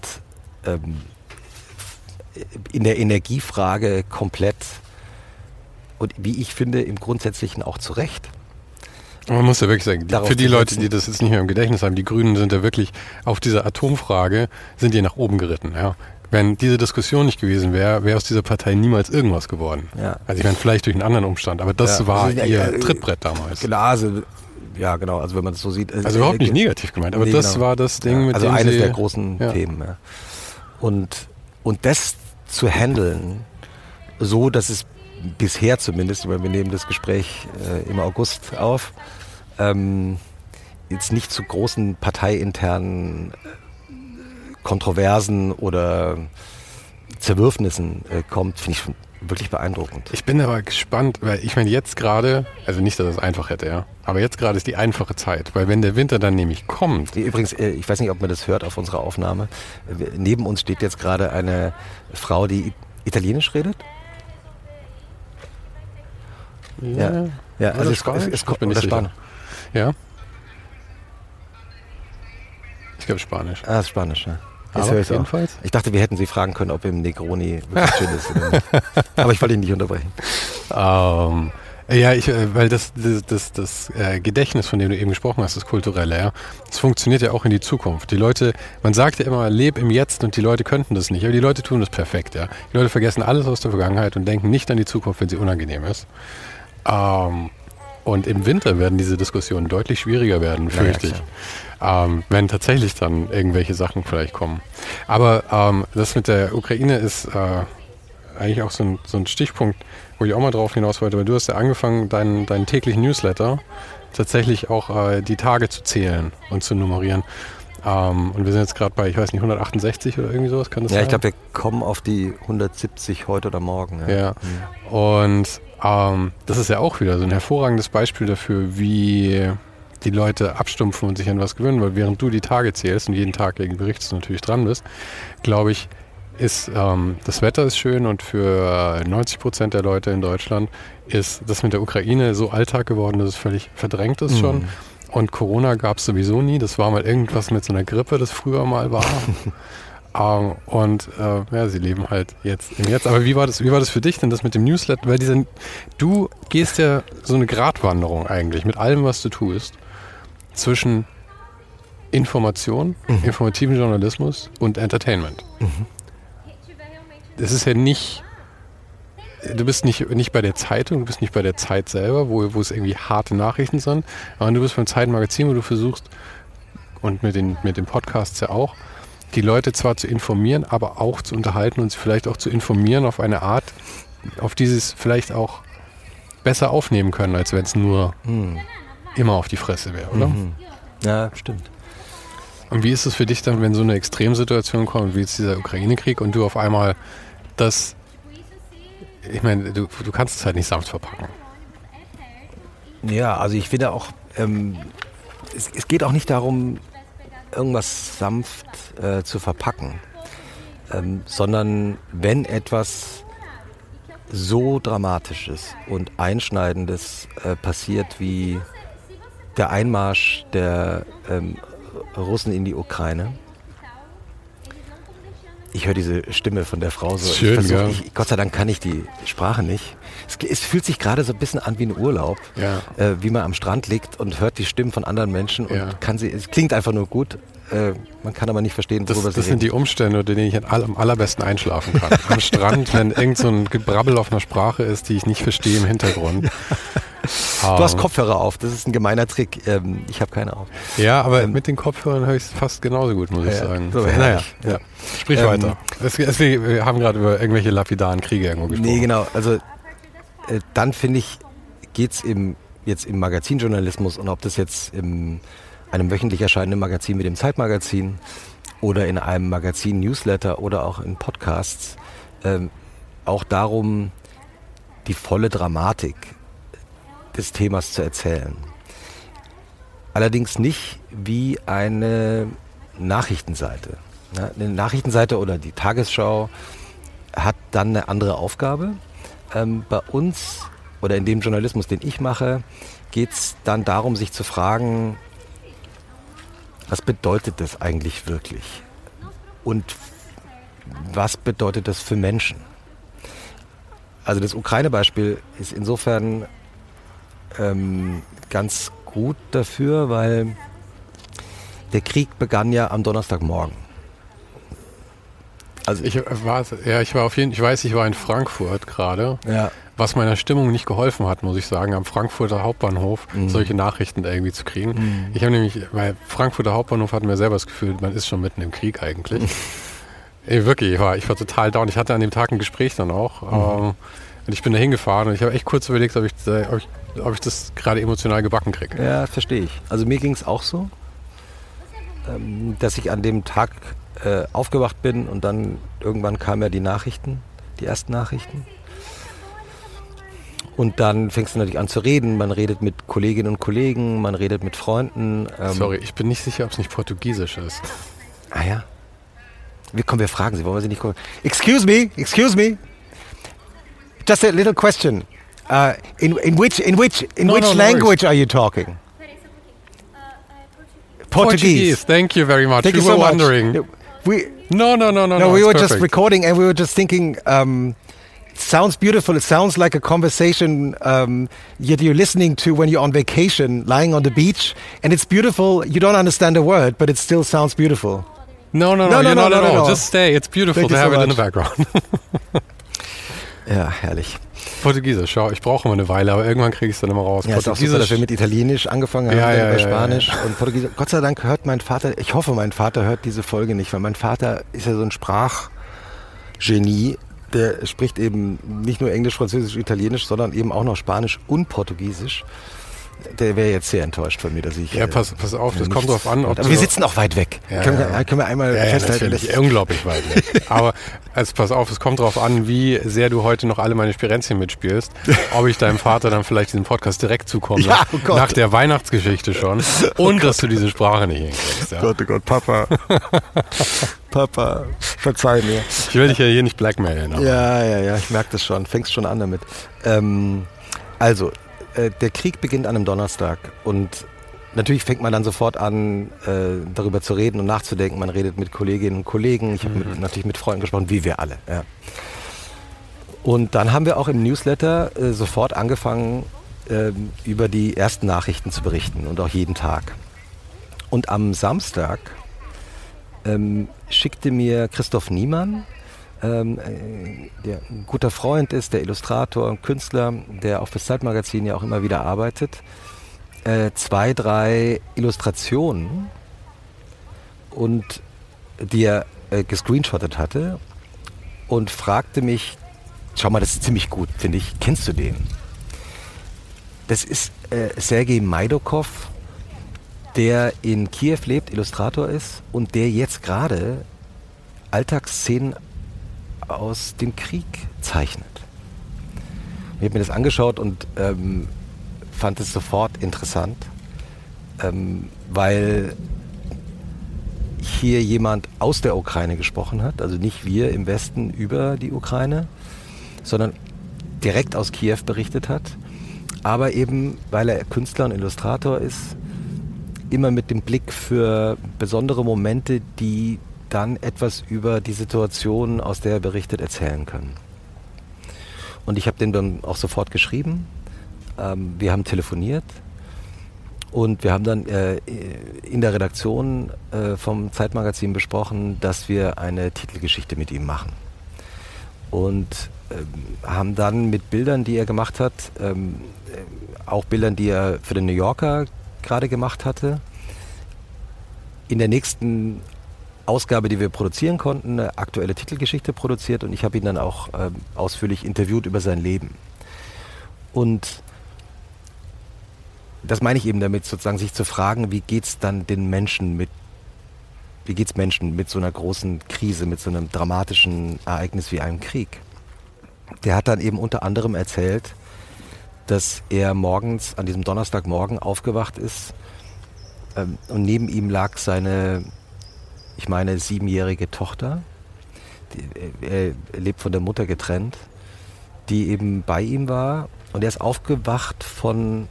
in der Energiefrage komplett und wie ich finde, im Grundsätzlichen auch zu Recht. Man muss ja wirklich sagen, für die Leute, die das jetzt nicht mehr im Gedächtnis haben, die Grünen sind ja wirklich auf dieser Atomfrage, sind die nach oben geritten. Ja. Wenn diese Diskussion nicht gewesen wäre, wäre aus dieser Partei niemals irgendwas geworden. Ja. Also ich meine, vielleicht durch einen anderen Umstand, aber das war ihr Trittbrett damals. Genau, also wenn man das so sieht. Also überhaupt nicht negativ gemeint, aber das war das Ding, mit also dem eines der großen Themen. Ja. Und das zu handeln, so dass es bisher zumindest, weil wir nehmen das Gespräch im August auf, jetzt nicht zu großen parteiinternen Kontroversen oder Zerwürfnissen kommt, finde ich schon wirklich beeindruckend. Ich bin aber gespannt, weil ich meine jetzt gerade, also nicht, dass es einfach hätte, ja, aber jetzt gerade ist die einfache Zeit, weil wenn der Winter dann nämlich kommt. Übrigens, ich weiß nicht, ob man das hört auf unserer Aufnahme, neben uns steht jetzt gerade eine Frau, die Italienisch redet. Ja, also es bin nicht sicher. Ja. Ich glaube Spanisch. Ah, Spanisch, ja. Aber jedenfalls. Ich dachte, wir hätten Sie fragen können, ob im Negroni wirklich schön ist. Aber ich wollte ihn nicht unterbrechen. Weil das Gedächtnis, von dem du eben gesprochen hast, das Kulturelle, ja, das funktioniert ja auch in die Zukunft. Die Leute, man sagt ja immer, leb im Jetzt und die Leute könnten das nicht, aber die Leute tun das perfekt, ja. Die Leute vergessen alles aus der Vergangenheit und denken nicht an die Zukunft, wenn sie unangenehm ist. Und im Winter werden diese Diskussionen deutlich schwieriger werden, fürchte ich. Wenn tatsächlich dann irgendwelche Sachen vielleicht kommen. Aber das mit der Ukraine ist eigentlich auch so ein Stichpunkt, wo ich auch mal drauf hinaus wollte, weil du hast ja angefangen, deinen täglichen Newsletter tatsächlich auch die Tage zu zählen und zu nummerieren. Und wir sind jetzt gerade bei, ich weiß nicht, 168 oder irgendwie sowas, kann das sein? Ja, ich glaube, wir kommen auf die 170 heute oder morgen. Ja. Und das ist ja auch wieder so ein hervorragendes Beispiel dafür, wie die Leute abstumpfen und sich an was gewöhnen, weil während du die Tage zählst und jeden Tag gegen berichtest und natürlich dran bist, glaube ich, ist das Wetter ist schön und für 90% der Leute in Deutschland ist das mit der Ukraine so Alltag geworden, dass es völlig verdrängt ist schon. Und Corona gab es sowieso nie. Das war mal irgendwas mit so einer Grippe, das früher mal war. Sie leben halt jetzt im Jetzt. Aber wie war das für dich denn, das mit dem Newsletter? Weil du gehst ja so eine Gratwanderung eigentlich mit allem, was du tust, zwischen Information, informativen Journalismus und Entertainment. Das ist ja nicht, du bist nicht bei der Zeitung, du bist nicht bei der Zeit selber, wo es irgendwie harte Nachrichten sind, sondern du bist beim Zeitmagazin, wo du versuchst, und mit den Podcasts ja auch, die Leute zwar zu informieren, aber auch zu unterhalten und sie vielleicht auch zu informieren auf eine Art, auf die sie es vielleicht auch besser aufnehmen können, als wenn es nur immer auf die Fresse wäre, oder? Ja, stimmt. Und wie ist es für dich dann, wenn so eine Extremsituation kommt, wie jetzt dieser Ukraine-Krieg und du auf einmal ich meine, du kannst es halt nicht sanft verpacken. Ja, also ich finde auch, es geht auch nicht darum, irgendwas sanft zu verpacken, sondern wenn etwas so Dramatisches und Einschneidendes passiert wie der Einmarsch der Russen in die Ukraine, Ich höre diese Stimme von der Frau so. Schön, Gott sei Dank kann ich die Sprache nicht. Es fühlt sich gerade so ein bisschen an wie ein Urlaub, wie man am Strand liegt und hört die Stimmen von anderen Menschen und kann sie. Es klingt einfach nur gut. Man kann aber nicht verstehen, worüber sie reden. Das sind die Umstände, unter denen ich am allerbesten einschlafen kann. Am Strand, wenn irgend so ein Gebrabbel auf einer Sprache ist, die ich nicht verstehe im Hintergrund. Du hast Kopfhörer auf, das ist ein gemeiner Trick. Ich habe keine auf. Ja, aber mit den Kopfhörern höre ich es fast genauso gut, muss ich sagen. So, Sprich weiter. Wir haben gerade über irgendwelche lapidaren Kriege irgendwo gesprochen. Nee, genau. Also dann finde ich, geht es jetzt im Magazinjournalismus und ob das jetzt in einem wöchentlich erscheinenden Magazin wie dem Zeitmagazin oder in einem Magazin-Newsletter oder auch in Podcasts auch darum, die volle Dramatik des Themas zu erzählen. Allerdings nicht wie eine Nachrichtenseite. Eine Nachrichtenseite oder die Tagesschau hat dann eine andere Aufgabe. Bei uns oder in dem Journalismus, den ich mache, geht es dann darum, sich zu fragen, was bedeutet das eigentlich wirklich? Und was bedeutet das für Menschen? Also das Ukraine-Beispiel ist insofern ganz gut dafür, weil der Krieg begann ja am Donnerstagmorgen. Also ich war in Frankfurt gerade, ja. Was meiner Stimmung nicht geholfen hat, muss ich sagen, am Frankfurter Hauptbahnhof solche Nachrichten irgendwie zu kriegen. Ich habe nämlich, weil Frankfurter Hauptbahnhof hatten wir selber das Gefühl, man ist schon mitten im Krieg eigentlich. Wirklich, ich war total down. Ich hatte an dem Tag ein Gespräch dann auch und ich bin da hingefahren und ich habe echt kurz überlegt, ob ich das gerade emotional gebacken kriege. Ja, verstehe ich. Also mir ging es auch so, dass ich an dem Tag aufgewacht bin und dann irgendwann kamen ja die ersten Nachrichten. Und dann fängst du natürlich an zu reden. Man redet mit Kolleginnen und Kollegen, man redet mit Freunden. Sorry, ich bin nicht sicher, ob es nicht Portugiesisch ist. Ah ja? Wir fragen sie, wollen wir sie nicht gucken? Excuse me. Just a little question. In which language are you talking? Portuguese. Thank you very much. Thank we you were so wondering. Much. No. We were just recording and we were just thinking. It sounds beautiful. It sounds like a conversation you're listening to when you're on vacation, lying on the beach, and it's beautiful. You don't understand a word, but it still sounds beautiful. No, you're not at all. Just stay. It's beautiful to have it in the background. Ja, herrlich. Portugiesisch, schau, ich brauche immer eine Weile, aber irgendwann kriege ich es dann immer raus. Ja, ist auch super, dass wir mit Italienisch angefangen haben, bei Spanisch und Portugiesisch. Gott sei Dank hört mein Vater, ich hoffe, mein Vater hört diese Folge nicht, weil mein Vater ist ja so ein Sprachgenie. Der spricht eben nicht nur Englisch, Französisch, Italienisch, sondern eben auch noch Spanisch und Portugiesisch. Der wäre jetzt sehr enttäuscht von mir, dass ich... Ja, pass auf, das kommt drauf an. Aber wir sitzen auch weit weg. Können wir einmal festhalten? Natürlich, unglaublich weit weg. Aber pass auf, es kommt drauf an, wie sehr du heute noch alle meine Spirenzchen mitspielst. Ob ich deinem Vater dann vielleicht diesen Podcast direkt zukomme, nach der Weihnachtsgeschichte schon. Und dass du diese Sprache nicht hinkriegst. Ja. Oh Gott, Papa. Papa, verzeih mir. Ich will dich ja hier nicht blackmailen. Aber. Ja, ich merke das schon. Fängst schon an damit. Der Krieg beginnt an einem Donnerstag und natürlich fängt man dann sofort an, darüber zu reden und nachzudenken. Man redet mit Kolleginnen und Kollegen. Ich habe natürlich mit Freunden gesprochen, wie wir alle. Ja. Und dann haben wir auch im Newsletter sofort angefangen, über die ersten Nachrichten zu berichten und auch jeden Tag. Und am Samstag schickte mir Christoph Niemann, der ein guter Freund ist, der Illustrator und Künstler, der auf das Zeitmagazin ja auch immer wieder arbeitet, 2, 3 Illustrationen, und die er gescreenshottet hatte und fragte mich, schau mal, das ist ziemlich gut, finde ich, kennst du den? Das ist Sergei Majdokov, der in Kiew lebt, Illustrator ist und der jetzt gerade Alltagsszenen aus dem Krieg zeichnet. Ich habe mir das angeschaut und fand es sofort interessant, weil hier jemand aus der Ukraine gesprochen hat, also nicht wir im Westen über die Ukraine, sondern direkt aus Kiew berichtet hat, aber eben, weil er Künstler und Illustrator ist, immer mit dem Blick für besondere Momente, die dann etwas über die Situation, aus der er berichtet, erzählen können. Und ich habe den dann auch sofort geschrieben. Wir haben telefoniert und wir haben dann in der Redaktion vom Zeitmagazin besprochen, dass wir eine Titelgeschichte mit ihm machen. Und haben dann mit Bildern, die er gemacht hat, auch Bildern, die er für den New Yorker gerade gemacht hatte, in der nächsten Ausgabe, die wir produzieren konnten, eine aktuelle Titelgeschichte produziert und ich habe ihn dann auch ausführlich interviewt über sein Leben. Und das meine ich eben damit, sozusagen sich zu fragen, wie geht's dann den Menschen mit so einer großen Krise, mit so einem dramatischen Ereignis wie einem Krieg. Der hat dann eben unter anderem erzählt, dass er morgens, an diesem Donnerstagmorgen aufgewacht ist und neben ihm lag seine, ich meine, 7-jährige Tochter. Er lebt von der Mutter getrennt, die eben bei ihm war und er ist aufgewacht von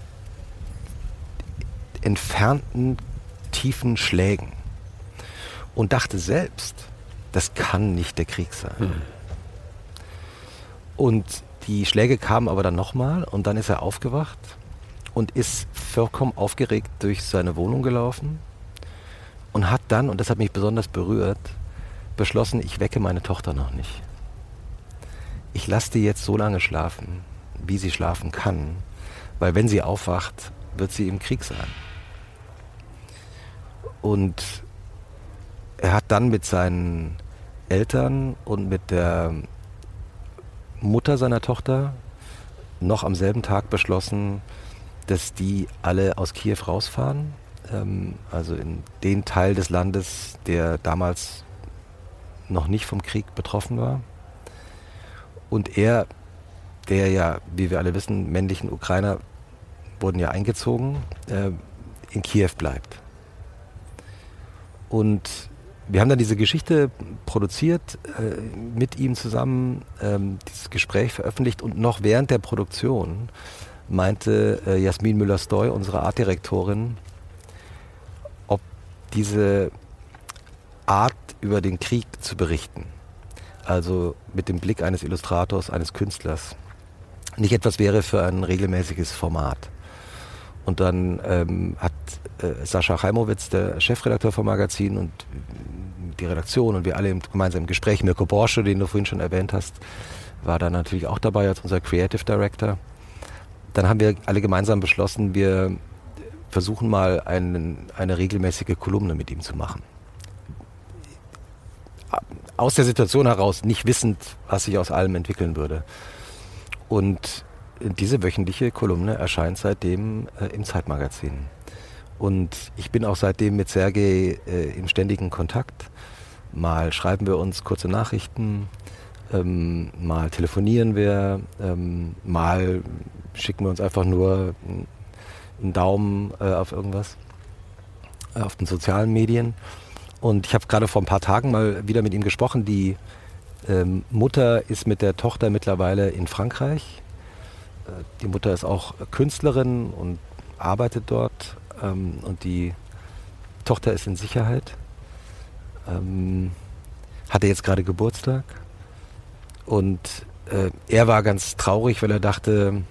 entfernten, tiefen Schlägen und dachte selbst, das kann nicht der Krieg sein. Und die Schläge kamen aber dann nochmal und dann ist er aufgewacht und ist vollkommen aufgeregt durch seine Wohnung gelaufen und hat dann, und das hat mich besonders berührt, beschlossen, ich wecke meine Tochter noch nicht. Ich lasse die jetzt so lange schlafen, wie sie schlafen kann, weil wenn sie aufwacht, wird sie im Krieg sein. Und er hat dann mit seinen Eltern und mit der Mutter seiner Tochter noch am selben Tag beschlossen, dass die alle aus Kiew rausfahren, also in den Teil des Landes, der damals noch nicht vom Krieg betroffen war. Und er, der ja, wie wir alle wissen, männlichen Ukrainer wurden ja eingezogen, in Kiew bleibt. Und wir haben dann diese Geschichte produziert, mit ihm zusammen dieses Gespräch veröffentlicht und noch während der Produktion meinte Jasmin Müller-Stoy, unsere Artdirektorin, ob diese Art über den Krieg zu berichten, also mit dem Blick eines Illustrators, eines Künstlers, nicht etwas wäre für ein regelmäßiges Format. Und dann hat Sascha Chaimowitz, der Chefredakteur vom Magazin und die Redaktion und wir alle gemeinsam im Gespräch, Mirko Borsche, den du vorhin schon erwähnt hast, war da natürlich auch dabei als unser Creative Director. Dann haben wir alle gemeinsam beschlossen, wir versuchen mal eine regelmäßige Kolumne mit ihm zu machen. Aus der Situation heraus, nicht wissend, was sich aus allem entwickeln würde. Und diese wöchentliche Kolumne erscheint seitdem im Zeitmagazin. Und ich bin auch seitdem mit Sergej im ständigen Kontakt. Mal schreiben wir uns kurze Nachrichten, mal telefonieren wir, mal schicken wir uns einfach nur einen Daumen auf irgendwas, auf den sozialen Medien. Und ich habe gerade vor ein paar Tagen mal wieder mit ihm gesprochen. Die Mutter ist mit der Tochter mittlerweile in Frankreich. Die Mutter ist auch Künstlerin und arbeitet dort. Und die Tochter ist in Sicherheit. Hatte jetzt gerade Geburtstag. Und er war ganz traurig, weil er dachte,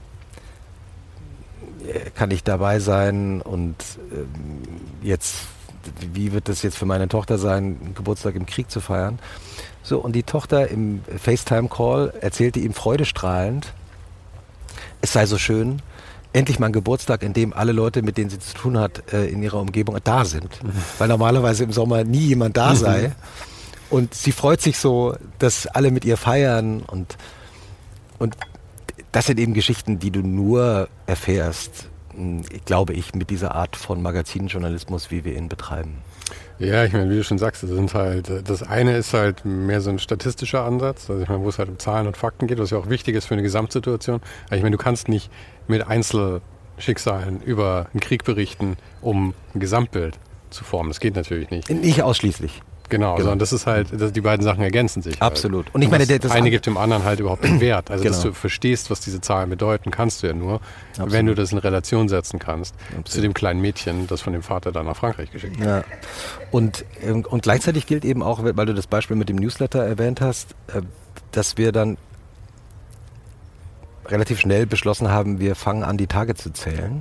er kann nicht dabei sein. Und jetzt, wie wird das jetzt für meine Tochter sein, einen Geburtstag im Krieg zu feiern? So, und die Tochter im FaceTime-Call erzählte ihm freudestrahlend, es sei so schön, endlich mal ein Geburtstag, in dem alle Leute, mit denen sie zu tun hat, in ihrer Umgebung da sind. Weil normalerweise im Sommer nie jemand da sei. Und sie freut sich so, dass alle mit ihr feiern. Und das sind eben Geschichten, die du nur erfährst, glaube ich, mit dieser Art von Magazinjournalismus, wie wir ihn betreiben. Ja, ich meine, wie du schon sagst, das eine ist halt mehr so ein statistischer Ansatz, also ich meine, wo es halt um Zahlen und Fakten geht, was ja auch wichtig ist für eine Gesamtsituation. Aber ich meine, du kannst nicht mit Einzelschicksalen über einen Krieg berichten, um ein Gesamtbild zu formen. Das geht natürlich nicht. Nicht ausschließlich. Genau. Sondern das ist halt, die beiden Sachen ergänzen sich. Absolut. Halt. Und ich meine, das eine gibt dem anderen halt überhaupt den Wert. Also, dass Genau. du verstehst, was diese Zahlen bedeuten, kannst du ja nur, Absolut. wenn du das in Relation setzen kannst Absolut. zu dem kleinen Mädchen, das von dem Vater dann nach Frankreich geschickt wird. Ja. Und gleichzeitig gilt eben auch, weil du das Beispiel mit dem Newsletter erwähnt hast, dass wir dann relativ schnell beschlossen haben, wir fangen an, die Tage zu zählen.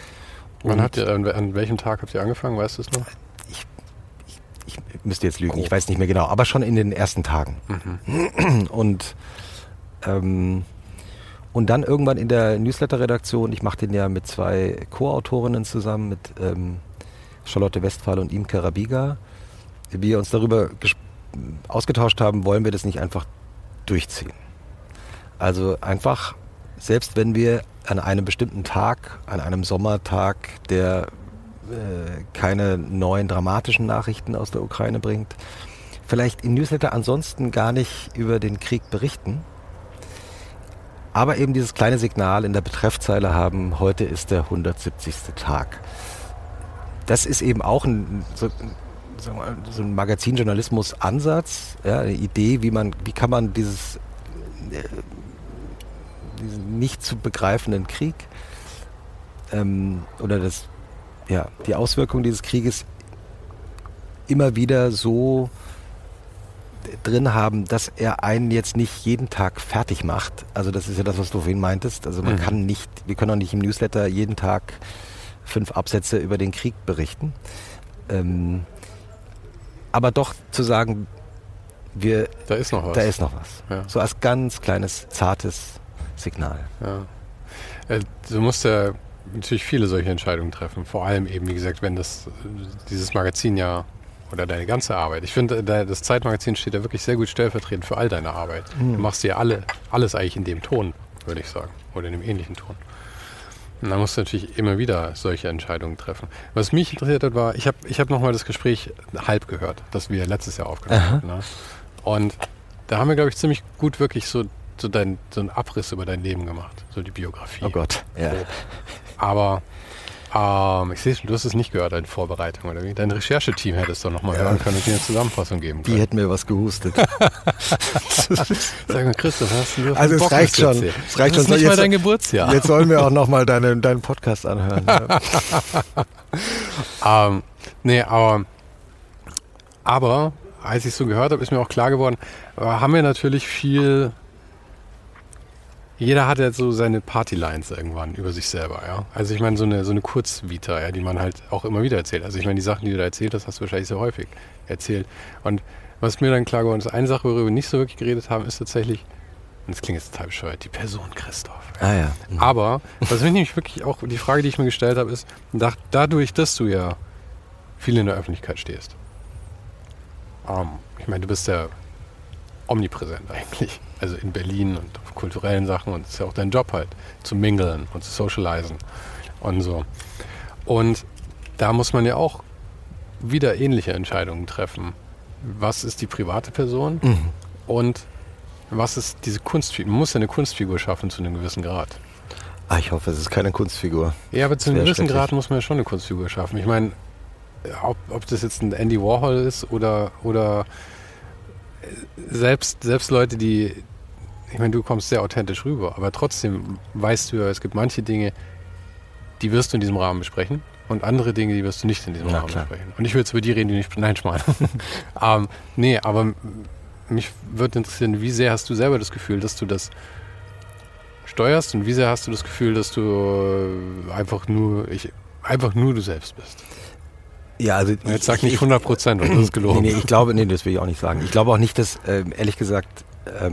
An welchem Tag habt ihr angefangen, weißt du es noch? Ich müsste jetzt lügen, ich weiß nicht mehr genau, aber schon in den ersten Tagen. Und dann irgendwann in der Newsletter-Redaktion, ich mache den ja mit 2 Co-Autorinnen zusammen, mit Charlotte Westphal und Imke Rabiga, wir uns darüber ausgetauscht haben, wollen wir das nicht einfach durchziehen. Also einfach, selbst wenn wir an einem bestimmten Tag, an einem Sommertag, der keine neuen dramatischen Nachrichten aus der Ukraine bringt, vielleicht im Newsletter ansonsten gar nicht über den Krieg berichten, aber eben dieses kleine Signal in der Betreffzeile haben, heute ist der 170. Tag. Das ist eben auch so ein Magazinjournalismus-Ansatz, ja, eine Idee, wie kann man diesen nicht zu begreifenden Krieg oder die Auswirkungen dieses Krieges immer wieder so drin haben, dass er einen jetzt nicht jeden Tag fertig macht. Also das ist ja das, was du vorhin meintest. Also wir können auch nicht im Newsletter jeden Tag 5 Absätze über den Krieg berichten. Aber doch zu sagen, da ist noch was. Da ist noch was. Ja. So als ganz kleines, zartes Signal. Ja. Du musst ja natürlich viele solche Entscheidungen treffen. Vor allem eben, wie gesagt, wenn dieses Magazin ja oder deine ganze Arbeit. Ich finde, das Zeitmagazin steht ja wirklich sehr gut stellvertretend für all deine Arbeit. Du machst ja alles eigentlich in dem Ton, würde ich sagen. Oder in einem ähnlichen Ton. Und da musst du natürlich immer wieder solche Entscheidungen treffen. Was mich interessiert hat, war, ich hab nochmal das Gespräch halb gehört, das wir letztes Jahr aufgenommen haben. Ne? Und da haben wir, glaube ich, ziemlich gut wirklich so einen Abriss über dein Leben gemacht. So die Biografie. Oh Gott, ja. Aber ich sehe schon, du hast es nicht gehört, deine Vorbereitung oder wie? Dein Rechercheteam hätte es doch nochmal hören können und dir eine Zusammenfassung geben können. Die hätten mir was gehustet. Sag mal, Christoph, hast du also es reicht schon. Es reicht schon. Das ist nicht mal dein Geburtsjahr. Jetzt sollen wir auch nochmal deinen Podcast anhören. Ja. Aber als ich es so gehört habe, ist mir auch klar geworden, haben wir natürlich viel. Jeder hat ja so seine Partylines irgendwann über sich selber, ja. Also ich meine, so eine Kurzvita, ja, die man halt auch immer wieder erzählt. Also ich meine, die Sachen, die du da erzählt hast, hast du wahrscheinlich sehr häufig erzählt. Und was mir dann klar geworden ist, eine Sache, worüber wir nicht so wirklich geredet haben, ist tatsächlich, und das klingt jetzt total bescheuert, die Person Christoph. Ja. Ah ja. Aber, was mich nämlich wirklich auch, die Frage, die ich mir gestellt habe, ist, dadurch, dass du ja viel in der Öffentlichkeit stehst, ich meine, du bist ja omnipräsent eigentlich. Also in Berlin und auf kulturellen Sachen und es ist ja auch dein Job halt, zu mingeln und zu socialisen und so. Und da muss man ja auch wieder ähnliche Entscheidungen treffen. Was ist die private Person und was ist diese Kunstfigur? Man muss ja eine Kunstfigur schaffen zu einem gewissen Grad. Ich hoffe, es ist keine Kunstfigur. Ja, aber zu einem gewissen Grad muss man ja schon eine Kunstfigur schaffen. Ich meine, ob das jetzt ein Andy Warhol ist oder selbst Leute, die, ich meine, du kommst sehr authentisch rüber, aber trotzdem weißt du ja, es gibt manche Dinge, die wirst du in diesem Rahmen besprechen und andere Dinge, die wirst du nicht in diesem Rahmen besprechen. Und ich will jetzt über die reden, die nicht, nein, schmal. Nee, aber mich würde interessieren, wie sehr hast du selber das Gefühl, dass du das steuerst und wie sehr hast du das Gefühl, dass du einfach nur du selbst bist? Ja, also jetzt sag nicht 100%, das ist gelogen. Nee, das will ich auch nicht sagen. Ich glaube auch nicht, dass, ehrlich gesagt,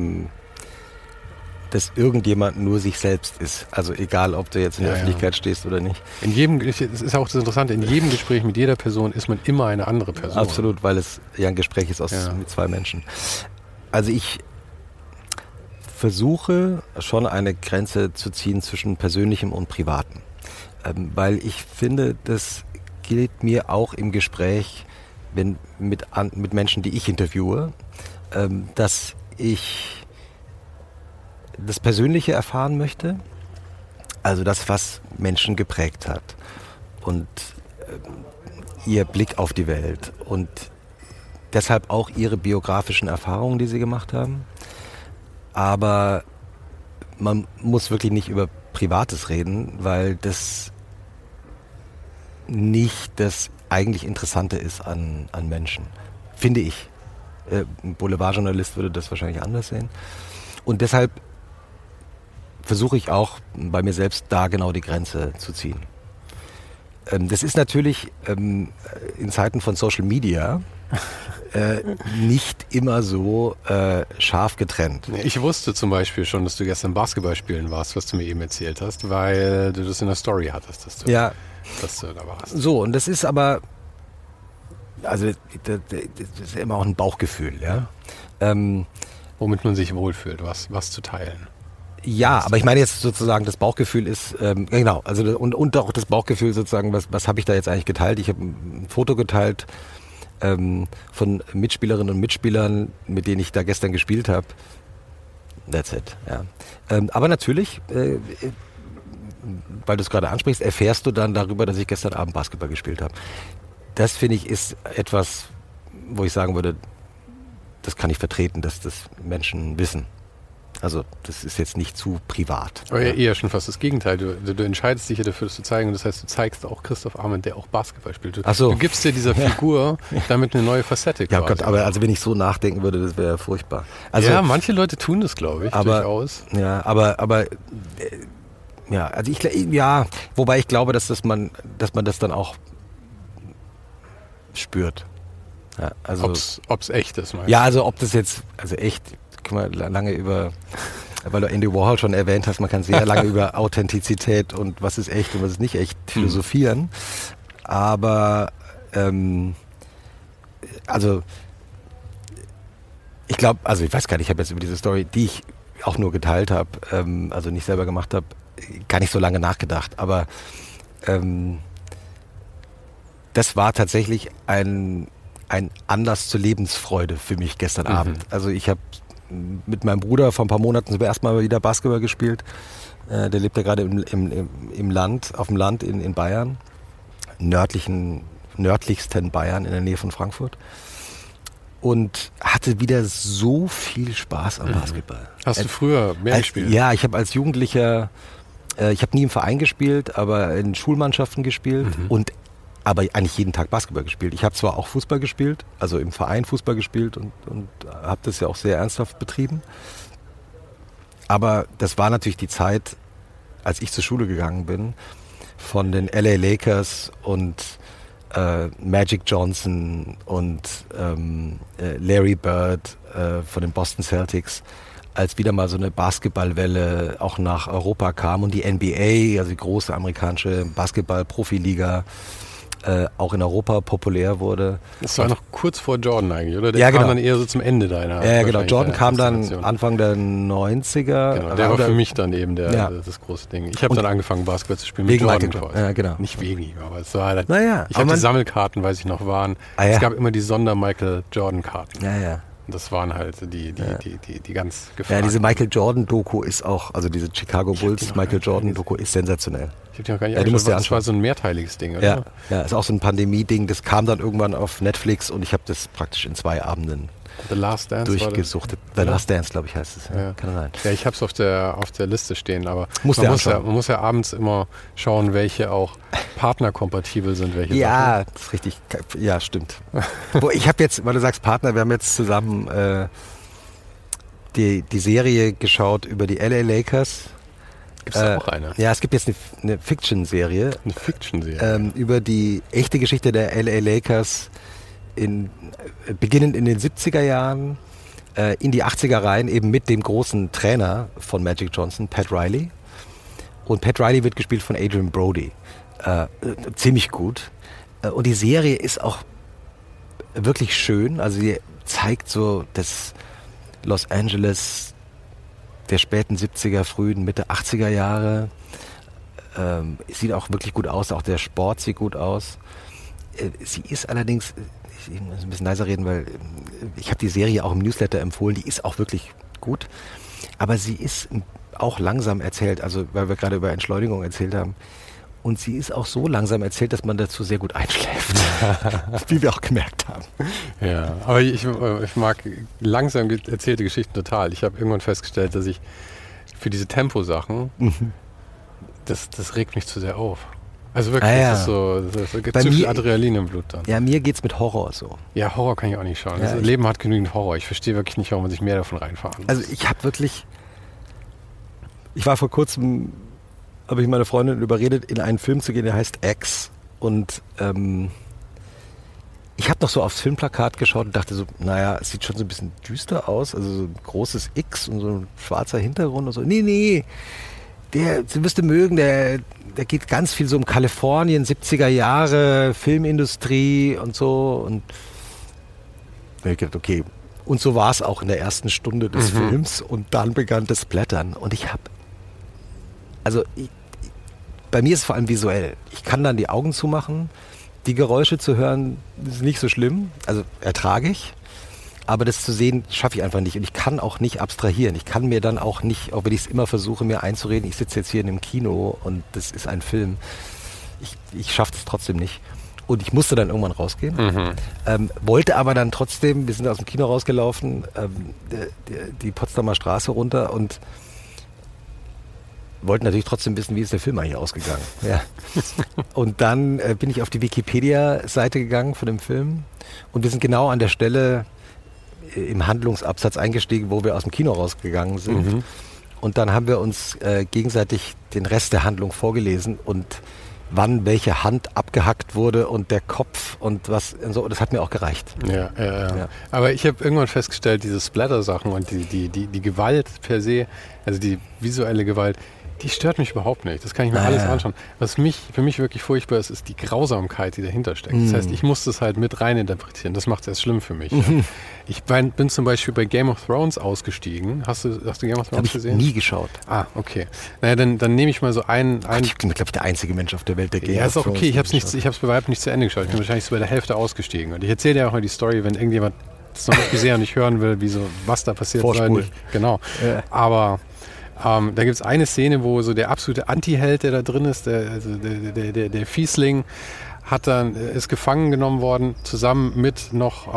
dass irgendjemand nur sich selbst ist. Also egal, ob du jetzt in der Öffentlichkeit stehst oder nicht. Es ist auch das Interessante, in jedem Gespräch mit jeder Person ist man immer eine andere Person. Absolut, weil es ja ein Gespräch ist mit 2 Menschen. Also ich versuche schon eine Grenze zu ziehen zwischen Persönlichem und Privatem. Weil ich finde, das gilt mir auch im Gespräch mit Menschen, die ich interviewe, dass ich das Persönliche erfahren möchte, also das, was Menschen geprägt hat und ihr Blick auf die Welt und deshalb auch ihre biografischen Erfahrungen, die sie gemacht haben. Aber man muss wirklich nicht über Privates reden, weil das nicht das eigentlich Interessante ist an Menschen, finde ich. Ein Boulevardjournalist würde das wahrscheinlich anders sehen. Und deshalb versuche ich auch bei mir selbst da genau die Grenze zu ziehen. Das ist natürlich in Zeiten von Social Media nicht immer so scharf getrennt. Ich wusste zum Beispiel schon, dass du gestern Basketball spielen warst, was du mir eben erzählt hast, weil du das in der Story hattest, dass du da warst. So, und das ist aber, also das ist immer auch ein Bauchgefühl, ja. Womit man sich wohlfühlt, was zu teilen. Ja, aber ich meine jetzt sozusagen, das Bauchgefühl ist, genau, also und auch das Bauchgefühl sozusagen, was habe ich da jetzt eigentlich geteilt? Ich habe ein Foto geteilt von Mitspielerinnen und Mitspielern, mit denen ich da gestern gespielt habe. That's it, ja. Aber natürlich, weil du es gerade ansprichst, erfährst du dann darüber, dass ich gestern Abend Basketball gespielt habe. Das, finde ich, ist etwas, wo ich sagen würde, das kann ich vertreten, dass das Menschen wissen. Also das ist jetzt nicht zu privat. Aber eher schon fast das Gegenteil. Du entscheidest dich ja dafür, das zu zeigen. Und das heißt, du zeigst auch Christoph Arment, der auch Basketball spielt. Du gibst dir dieser Figur damit eine neue Facette quasi. Ja Gott, aber also wenn ich so nachdenken würde, das wäre furchtbar. Also, ja, manche Leute tun das, glaube ich, durchaus. Ja, aber ja, also wobei ich glaube, dass man das dann auch spürt. Ja, also ob's echt ist, meinst du? Ja, also ob das jetzt, also echt, können wir lange über, weil du Andy Warhol schon erwähnt hast, man kann sehr lange über Authentizität und was ist echt und was ist nicht echt philosophieren. Aber also ich glaube, also ich weiß gar nicht, ich habe jetzt über diese Story, die ich auch nur geteilt habe, also nicht selber gemacht habe, gar nicht so lange nachgedacht. Aber das war tatsächlich ein Anlass zur Lebensfreude für mich gestern Abend. Also ich habe mit meinem Bruder vor ein paar Monaten zum ersten Mal wieder Basketball gespielt. Der lebt ja gerade im Land, auf dem Land in Bayern, nördlichsten Bayern in der Nähe von Frankfurt. Und hatte wieder so viel Spaß am Basketball. Hast du früher mehr gespielt? Ja, ich habe als Jugendlicher, ich habe nie im Verein gespielt, aber in Schulmannschaften gespielt und aber eigentlich jeden Tag Basketball gespielt. Ich habe zwar auch Fußball gespielt, also im Verein Fußball gespielt und habe das ja auch sehr ernsthaft betrieben. Aber das war natürlich die Zeit, als ich zur Schule gegangen bin, von den LA Lakers und Magic Johnson und Larry Bird von den Boston Celtics, als wieder mal so eine Basketballwelle auch nach Europa kam und die NBA, also die große amerikanische Basketball-Profiliga, auch in Europa populär wurde. Das war noch kurz vor Jordan eigentlich, oder? Der kam dann eher so zum Ende deiner. Ja, genau. Jordan kam dann Anfang der 90er. Genau, der war für mich dann eben das große Ding. Ich habe dann angefangen, Basketball zu spielen mit Jordan quasi. Ja, genau. Nicht wegen ihm, aber es war halt, ich habe die Sammelkarten, weiß ich noch, es gab immer die Sonder-Michael Jordan-Karten. Ja, ja. Das waren halt die ganz gefragten. Ja, diese Michael Jordan-Doku ist auch, also diese Chicago Bulls Michael Jordan-Doku ist sensationell. Ich habe die noch gar nicht angeschaut. Das war so ein mehrteiliges Ding, oder? Ja, ist auch so ein Pandemie-Ding. Das kam dann irgendwann auf Netflix und ich habe das praktisch in 2 Abenden The Last Dance durchgesuchtet. The Last Dance, glaube ich, heißt es. Ja. Kann sein. Ja, ich habe es auf der Liste stehen, aber man muss ja abends immer schauen, welche auch partnerkompatibel sind. Welche Sachen. Das ist richtig. Ja, stimmt. Ich habe jetzt, weil du sagst Partner, wir haben jetzt zusammen die Serie geschaut über die LA Lakers. Gibt es auch eine? Ja, es gibt jetzt eine Fiction-Serie. Eine Fiction-Serie? Über die echte Geschichte der LA Lakers beginnend in den 70er Jahren, in die 80er rein, eben mit dem großen Trainer von Magic Johnson, Pat Riley. Und Pat Riley wird gespielt von Adrian Brody. Ziemlich gut. Und die Serie ist auch wirklich schön. Also sie zeigt so das Los Angeles der späten 70er, frühen, Mitte 80er Jahre. Sieht auch wirklich gut aus. Auch der Sport sieht gut aus. Sie ist allerdings... Ich muss ein bisschen leiser reden, weil ich habe die Serie auch im Newsletter empfohlen, die ist auch wirklich gut, aber sie ist auch langsam erzählt, also weil wir gerade über Entschleunigung erzählt haben Und sie ist auch so langsam erzählt, dass man dazu sehr gut einschläft. Wie wir auch gemerkt haben. Ja, aber ich mag langsam erzählte Geschichten total. Ich habe irgendwann festgestellt, dass ich für diese Temposachen, das regt mich zu sehr auf. Also wirklich, das ist so, das gibt zu viel Adrenalin im Blut dann. Ja, mir geht's mit Horror so. Ja, Horror kann ich auch nicht schauen. Ja, das Leben hat genügend Horror. Ich verstehe wirklich nicht, warum man sich mehr davon reinfahren muss. Also ich war vor kurzem, habe ich meine Freundin überredet, in einen Film zu gehen, der heißt X. Und ich habe noch so aufs Filmplakat geschaut und dachte so, naja, es sieht schon so ein bisschen düster aus. Also so ein großes X und so ein schwarzer Hintergrund und so. Nee, Sie müsste mögen, der geht ganz viel so um Kalifornien, 70er Jahre, Filmindustrie und so. Und ich dachte, okay. Und so war es auch in der ersten Stunde des Films. Und dann begann das Blättern. Und bei mir ist es vor allem visuell. Ich kann dann die Augen zumachen. Die Geräusche zu hören, ist nicht so schlimm. Also ertrage ich. Aber das zu sehen, schaffe ich einfach nicht. Und ich kann auch nicht abstrahieren. Ich kann mir dann auch nicht, auch wenn ich es immer versuche, mir einzureden, ich sitze jetzt hier in einem Kino und das ist ein Film. Ich schaffe es trotzdem nicht. Und ich musste dann irgendwann rausgehen. Wollte aber dann trotzdem, wir sind aus dem Kino rausgelaufen, die Potsdamer Straße runter und wollten natürlich trotzdem wissen, wie ist der Film eigentlich ausgegangen. Ja. Und dann bin ich auf die Wikipedia-Seite gegangen von dem Film und wir sind genau an der Stelle im Handlungsabsatz eingestiegen, wo wir aus dem Kino rausgegangen sind. Und dann haben wir uns gegenseitig den Rest der Handlung vorgelesen und wann welche Hand abgehackt wurde und der Kopf und was und so. Das hat mir auch gereicht. Ja. Aber ich habe irgendwann festgestellt, diese Splatter-Sachen und die Gewalt per se, also die visuelle Gewalt, die stört mich überhaupt nicht. Das kann ich mir alles anschauen. Was für mich wirklich furchtbar ist, ist die Grausamkeit, die dahinter steckt. Das heißt, ich muss das halt mit rein interpretieren. Das macht es erst schlimm für mich. Ja. Ich bin zum Beispiel bei Game of Thrones ausgestiegen. Hast du Game of Thrones gesehen? Habe ich nie geschaut. Ah, okay. Naja, dann nehme ich mal so einen... Ich bin, glaube ich, der einzige Mensch auf der Welt, der Game of Thrones. Ja, ist auch okay. Ich habe es bei weitem nicht zu Ende geschaut. Ich bin wahrscheinlich so bei der Hälfte ausgestiegen. Und ich erzähle dir auch mal die Story, wenn irgendjemand das noch nicht gesehen und nicht hören will, was da passiert. Genau. Ja. Aber... da gibt es eine Szene, wo so der absolute Anti-Held, der da drin ist, der Fiesling, ist gefangen genommen worden, zusammen mit noch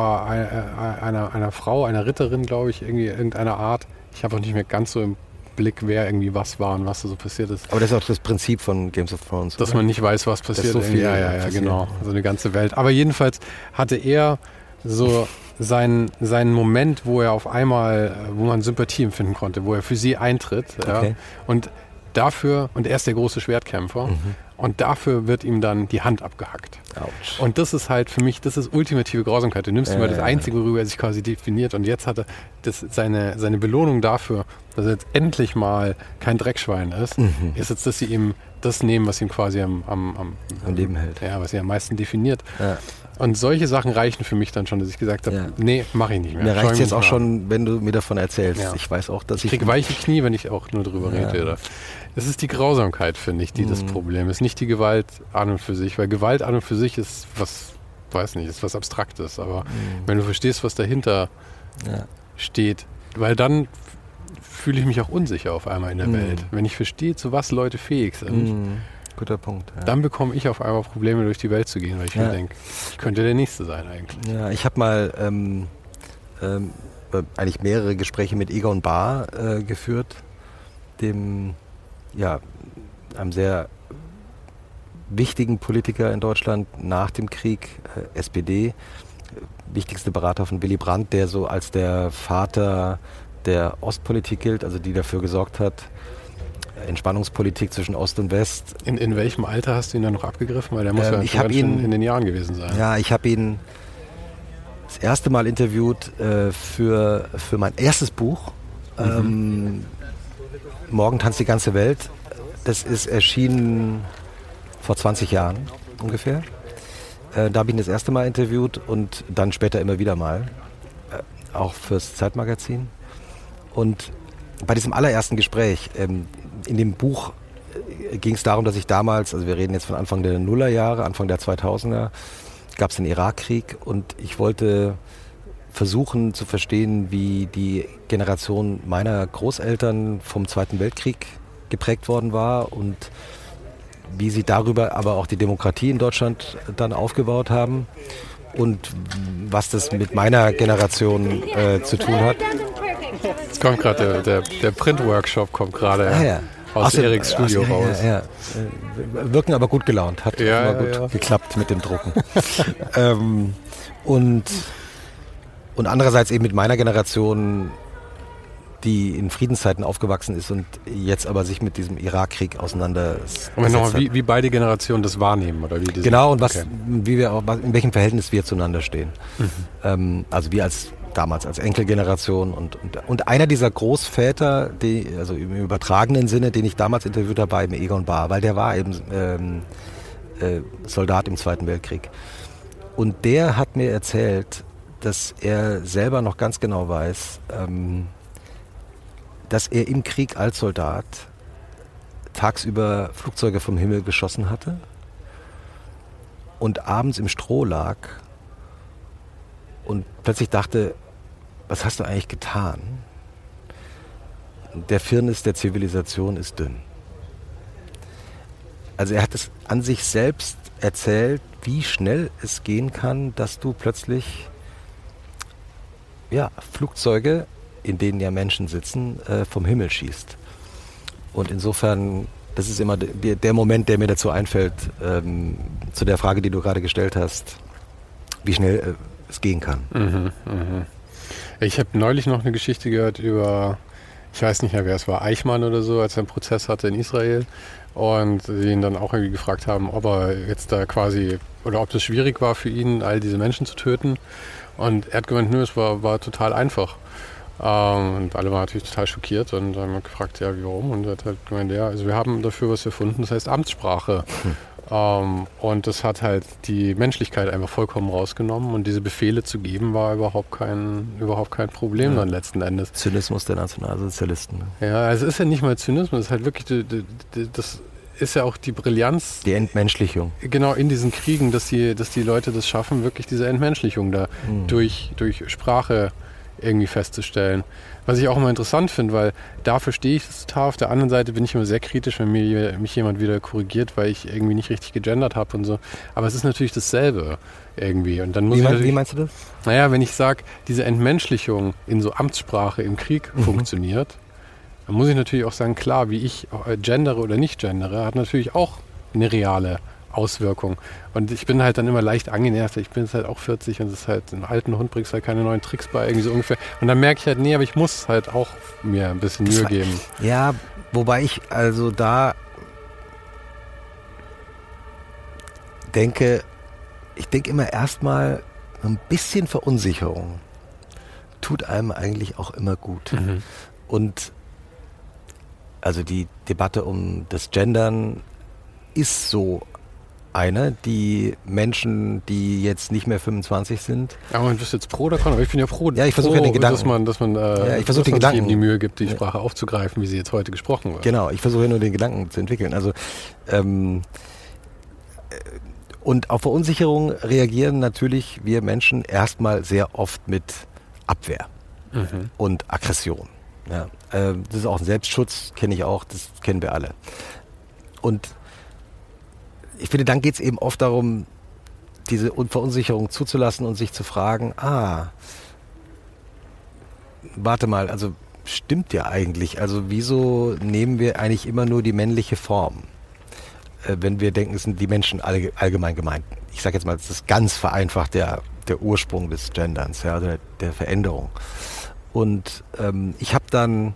einer Frau, einer Ritterin, glaube ich, irgendeiner Art. Ich habe auch nicht mehr ganz so im Blick, wer irgendwie was war und was da so passiert ist. Aber das ist auch das Prinzip von Games of Thrones. Dass man nicht weiß, was passiert. So viel ja, genau. So eine ganze Welt. Aber jedenfalls hatte er so seinen Moment, wo er auf einmal, wo man Sympathie empfinden konnte, wo er für sie eintritt. Okay. Ja, und er ist der große Schwertkämpfer, und dafür wird ihm dann die Hand abgehackt. Ouch. Und das ist halt für mich, das ist ultimative Grausamkeit. Du nimmst ihm mal das Einzige, worüber er sich quasi definiert, und jetzt hat er seine Belohnung dafür, dass er jetzt endlich mal kein Dreckschwein ist, ist jetzt, dass sie ihm das nehmen, was ihm quasi am Leben hält. Ja, was ihn am meisten definiert. Ja. Und solche Sachen reichen für mich dann schon, dass ich gesagt habe, nee, mache ich nicht mehr. Mir reicht es jetzt auch schon, wenn du mir davon erzählst. Ja. Ich weiß auch, dass ich kriege weiche Knie, wenn ich auch nur drüber rede. Es ist die Grausamkeit, finde ich, die das Problem ist. Nicht die Gewalt an und für sich, weil Gewalt an und für sich ist was Abstraktes. Aber wenn du verstehst, was dahinter steht, weil dann fühle ich mich auch unsicher auf einmal in der Welt. Wenn ich verstehe, zu was Leute fähig sind. Guter Punkt. Ja. Dann bekomme ich auf einmal Probleme, durch die Welt zu gehen, weil ich mir denke, ich könnte der Nächste sein eigentlich. Ja, ich habe mal eigentlich mehrere Gespräche mit Egon Bahr geführt, einem sehr wichtigen Politiker in Deutschland nach dem Krieg, SPD, wichtigste Berater von Willy Brandt, der so als der Vater der Ostpolitik gilt, also die dafür gesorgt hat, Entspannungspolitik zwischen Ost und West. In welchem Alter hast du ihn dann noch abgegriffen? Weil der muss ja schon in den Jahren gewesen sein. Ja, ich habe ihn das erste Mal interviewt für mein erstes Buch. Morgen tanzt die ganze Welt. Das ist erschienen vor 20 Jahren ungefähr. Da habe ich ihn das erste Mal interviewt und dann später immer wieder mal. Auch fürs Zeitmagazin. Und bei diesem allerersten Gespräch, in dem Buch ging es darum, dass ich damals, also wir reden jetzt von Anfang der Nullerjahre, Anfang der 2000er, gab es den Irakkrieg und ich wollte versuchen zu verstehen, wie die Generation meiner Großeltern vom Zweiten Weltkrieg geprägt worden war und wie sie darüber aber auch die Demokratie in Deutschland dann aufgebaut haben und was das mit meiner Generation zu tun hat. Jetzt kommt gerade der Print-Workshop kommt gerade aus Eriks Studio raus. Ja. Wirken aber gut gelaunt, hat immer gut geklappt mit dem Drucken. Und andererseits eben mit meiner Generation, die in Friedenszeiten aufgewachsen ist und jetzt aber sich mit diesem Irakkrieg auseinandersetzt. Und nochmal, wie beide Generationen das wahrnehmen, oder wie? Genau, und wie wir auch, in welchem Verhältnis wir zueinander stehen. Also wir damals als Enkelgeneration und einer dieser Großväter, also im übertragenen Sinne, den ich damals interviewt habe, war eben Egon Bahr, weil der war eben Soldat im Zweiten Weltkrieg. Und der hat mir erzählt, dass er selber noch ganz genau weiß, dass er im Krieg als Soldat tagsüber Flugzeuge vom Himmel geschossen hatte und abends im Stroh lag und plötzlich dachte, was hast du eigentlich getan? Der Firnis der Zivilisation ist dünn. Also er hat es an sich selbst erzählt, wie schnell es gehen kann, dass du plötzlich Flugzeuge, in denen ja Menschen sitzen, vom Himmel schießt. Und insofern, das ist immer der Moment, der mir dazu einfällt, zu der Frage, die du gerade gestellt hast, wie schnell es gehen kann. Ich habe neulich noch eine Geschichte gehört über, ich weiß nicht mehr, wer es war, Eichmann oder so, als er einen Prozess hatte in Israel und sie ihn dann auch irgendwie gefragt haben, ob er jetzt da quasi, oder ob das schwierig war für ihn, all diese Menschen zu töten. Und er hat gemeint, nö, es war total einfach. Und alle waren natürlich total schockiert und haben gefragt, ja, warum? Und er hat halt gemeint, ja, also wir haben dafür was erfunden, das heißt Amtssprache. Und das hat halt die Menschlichkeit einfach vollkommen rausgenommen und diese Befehle zu geben, war überhaupt kein Problem dann letzten Endes. Zynismus der Nationalsozialisten. Ja, also es ist ja nicht mal Zynismus, es ist halt wirklich, das ist ja auch die Brillanz. Die Entmenschlichung. Genau, in diesen Kriegen, dass die Leute das schaffen, wirklich diese Entmenschlichung da durch Sprache irgendwie festzustellen. Was ich auch immer interessant finde, weil da verstehe ich das total. Auf der anderen Seite bin ich immer sehr kritisch, wenn mich jemand wieder korrigiert, weil ich irgendwie nicht richtig gegendert habe und so. Aber es ist natürlich dasselbe irgendwie. Und dann wie meinst du das? Naja, wenn ich sage, diese Entmenschlichung in so Amtssprache im Krieg funktioniert, dann muss ich natürlich auch sagen, klar, wie ich gendere oder nicht gendere, hat natürlich auch eine reale Auswirkung. Und ich bin halt dann immer leicht angenervt. Ich bin jetzt halt auch 40 und es ist halt, einem alten Hund bringst halt keine neuen Tricks bei, irgendwie so ungefähr. Und dann merke ich halt, nee, aber ich muss halt auch mir ein bisschen Mühe geben. Ja, wobei ich also da denke immer erstmal, ein bisschen Verunsicherung tut einem eigentlich auch immer gut. Und also die Debatte um das Gendern ist so eine, die Menschen, die jetzt nicht mehr 25 sind. Aber du bist jetzt pro oder con? Aber ich bin ja froh, ich versuche den Gedanken, dass man eben die Mühe gibt, die Sprache aufzugreifen, wie sie jetzt heute gesprochen wird. Genau, ich versuche nur den Gedanken zu entwickeln. Also und auf Verunsicherung reagieren natürlich wir Menschen erstmal sehr oft mit Abwehr und Aggression. Ja, das ist auch ein Selbstschutz, kenne ich auch, das kennen wir alle. Und ich finde, dann geht es eben oft darum, diese Verunsicherung zuzulassen und sich zu fragen, warte mal, also stimmt ja eigentlich, also wieso nehmen wir eigentlich immer nur die männliche Form, wenn wir denken, es sind die Menschen allgemein gemeint. Ich sage jetzt mal, das ist ganz vereinfacht der Ursprung des Genderns, ja, oder der Veränderung. Und ich habe dann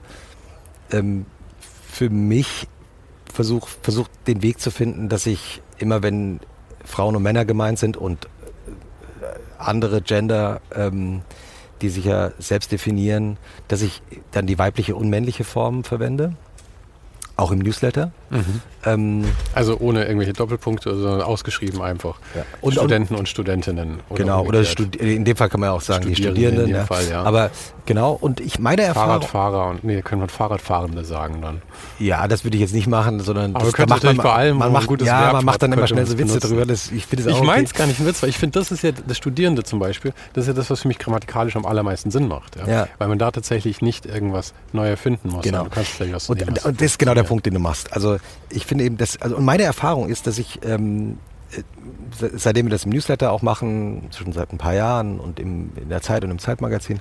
für mich versucht, den Weg zu finden, dass ich immer, wenn Frauen und Männer gemeint sind und andere Gender, die sich ja selbst definieren, dass ich dann die weibliche und männliche Form verwende. Auch im Newsletter. Also ohne irgendwelche Doppelpunkte, sondern ausgeschrieben einfach. Ja. Und Studenten und Studentinnen. Genau, oder in dem Fall kann man ja auch sagen, die Studierenden. In dem Fall, ja. Aber genau, und meine Erfahrung... Fahrradfahrer können wir Fahrradfahrende sagen dann. Ja, das würde ich jetzt nicht machen, sondern... Aber das macht man vor allem man macht dann immer schnell so Witze drüber. Ich meine es gar nicht ein Witz, weil ich finde, das ist ja das Studierende zum Beispiel, das ist ja das, was für mich grammatikalisch am allermeisten Sinn macht. Ja? Weil man da tatsächlich nicht irgendwas neu erfinden muss. Genau. Du kannst vielleicht was und das ist genau der Punkt, den du machst. Also ich finde eben, und meine Erfahrung ist, dass ich, seitdem wir das im Newsletter auch machen, schon seit ein paar Jahren und in der Zeit und im Zeitmagazin,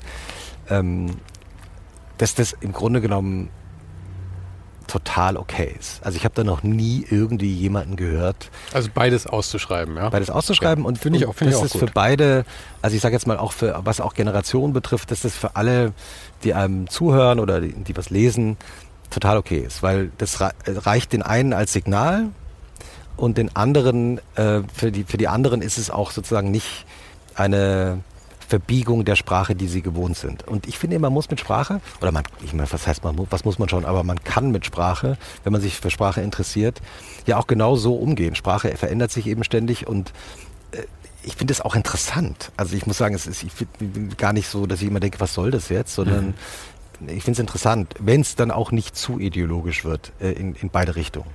dass das im Grunde genommen total okay ist. Also ich habe da noch nie irgendwie jemanden gehört. Also beides auszuschreiben, ja? Beides auszuschreiben ja, und finde ich auch das gut. Ist für beide, also ich sage jetzt mal auch für, was auch Generationen betrifft, dass das für alle, die einem zuhören oder die was lesen, total okay ist, weil das reicht den einen als Signal und den anderen, für die anderen ist es auch sozusagen nicht eine Verbiegung der Sprache, die sie gewohnt sind. Und ich finde, man muss mit Sprache, oder was heißt man, was muss man schon, aber man kann mit Sprache, wenn man sich für Sprache interessiert, ja auch genau so umgehen. Sprache verändert sich eben ständig und ich finde es auch interessant. Also ich muss sagen, ich finde gar nicht so, dass ich immer denke, was soll das jetzt, sondern ich finde es interessant, wenn es dann auch nicht zu ideologisch wird in beide Richtungen.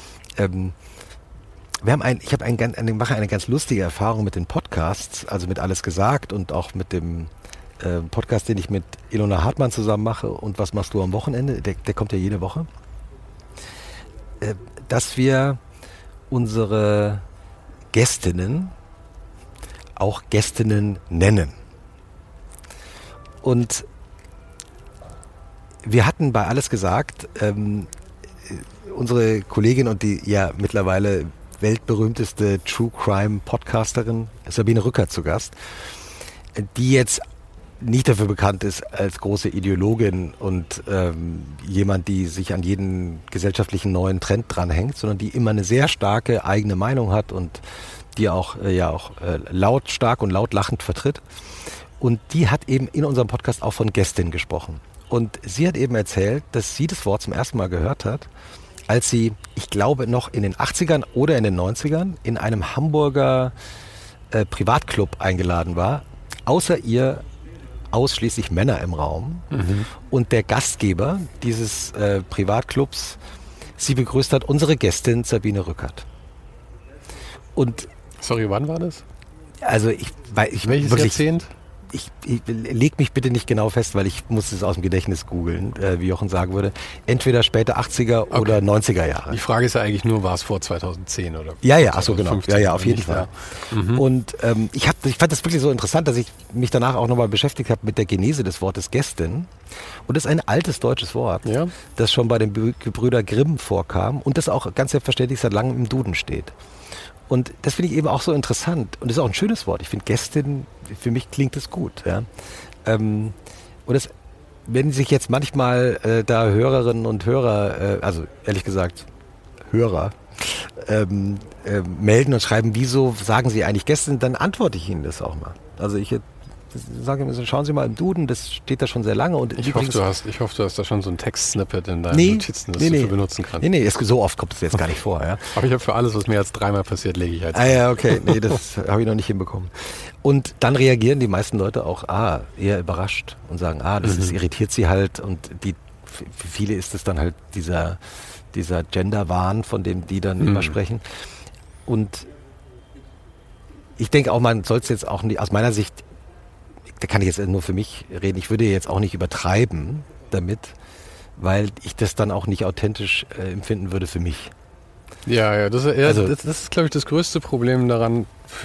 Ich mache eine ganz lustige Erfahrung mit den Podcasts, also mit Alles gesagt und auch mit dem Podcast, den ich mit Ilona Hartmann zusammen mache und Was machst du am Wochenende, der kommt ja jede Woche, dass wir unsere Gästinnen auch Gästinnen nennen. Und wir hatten bei Alles gesagt, unsere Kollegin und die ja mittlerweile weltberühmteste True Crime Podcasterin Sabine Rückert zu Gast, die jetzt nicht dafür bekannt ist als große Ideologin und jemand, die sich an jeden gesellschaftlichen neuen Trend dranhängt, sondern die immer eine sehr starke eigene Meinung hat und die auch lautstark und laut lachend vertritt. Und die hat eben in unserem Podcast auch von Gästin gesprochen. Und sie hat eben erzählt, dass sie das Wort zum ersten Mal gehört hat, als sie, ich glaube, noch in den 80ern oder in den 90ern in einem Hamburger Privatclub eingeladen war. Außer ihr ausschließlich Männer im Raum. Und der Gastgeber dieses Privatclubs sie begrüßt hat, unsere Gästin Sabine Rückert. Und sorry, wann war das? Also welches wirklich, Jahrzehnt? Ich leg mich bitte nicht genau fest, weil ich muss es aus dem Gedächtnis googeln, wie Jochen sagen würde. Entweder späte 80er oder 90er Jahre. Die Frage ist ja eigentlich nur, war es vor 2010 oder? Ja, ach so, genau. Ja, auf jeden Fall. Mhm. Und ich fand das wirklich so interessant, dass ich mich danach auch nochmal beschäftigt habe mit der Genese des Wortes Gästin. Und das ist ein altes deutsches Wort, das schon bei den Gebrüder Grimm vorkam und das auch ganz selbstverständlich seit langem im Duden steht. Und das finde ich eben auch so interessant. Und das ist auch ein schönes Wort. Ich finde Gästin, für mich klingt es gut. Ja. Und das, wenn sich jetzt manchmal da Hörerinnen und Hörer, also ehrlich gesagt Hörer, melden und schreiben, wieso sagen Sie eigentlich Gästin, dann antworte ich Ihnen das auch mal. Also ich sage mir, schauen Sie mal im Duden, das steht da schon sehr lange. Und ich hoffe, du hast da schon so ein Text-Snippet in deinen Notizen, das du benutzen kannst. Nee, so oft kommt es jetzt gar nicht vor. Ja. Aber ich habe für alles, was mehr als 3-mal passiert, lege ich halt. Okay. Nee, das habe ich noch nicht hinbekommen. Und dann reagieren die meisten Leute auch eher überrascht und sagen, das irritiert sie halt. Und für viele ist es dann halt dieser Gender-Wahn, von dem die dann immer sprechen. Und ich denke auch, man soll es jetzt auch nicht, aus meiner Sicht, da kann ich jetzt nur für mich reden, ich würde jetzt auch nicht übertreiben damit, weil ich das dann auch nicht authentisch empfinden würde für mich. Ja, das ist, glaube ich, das größte Problem daran,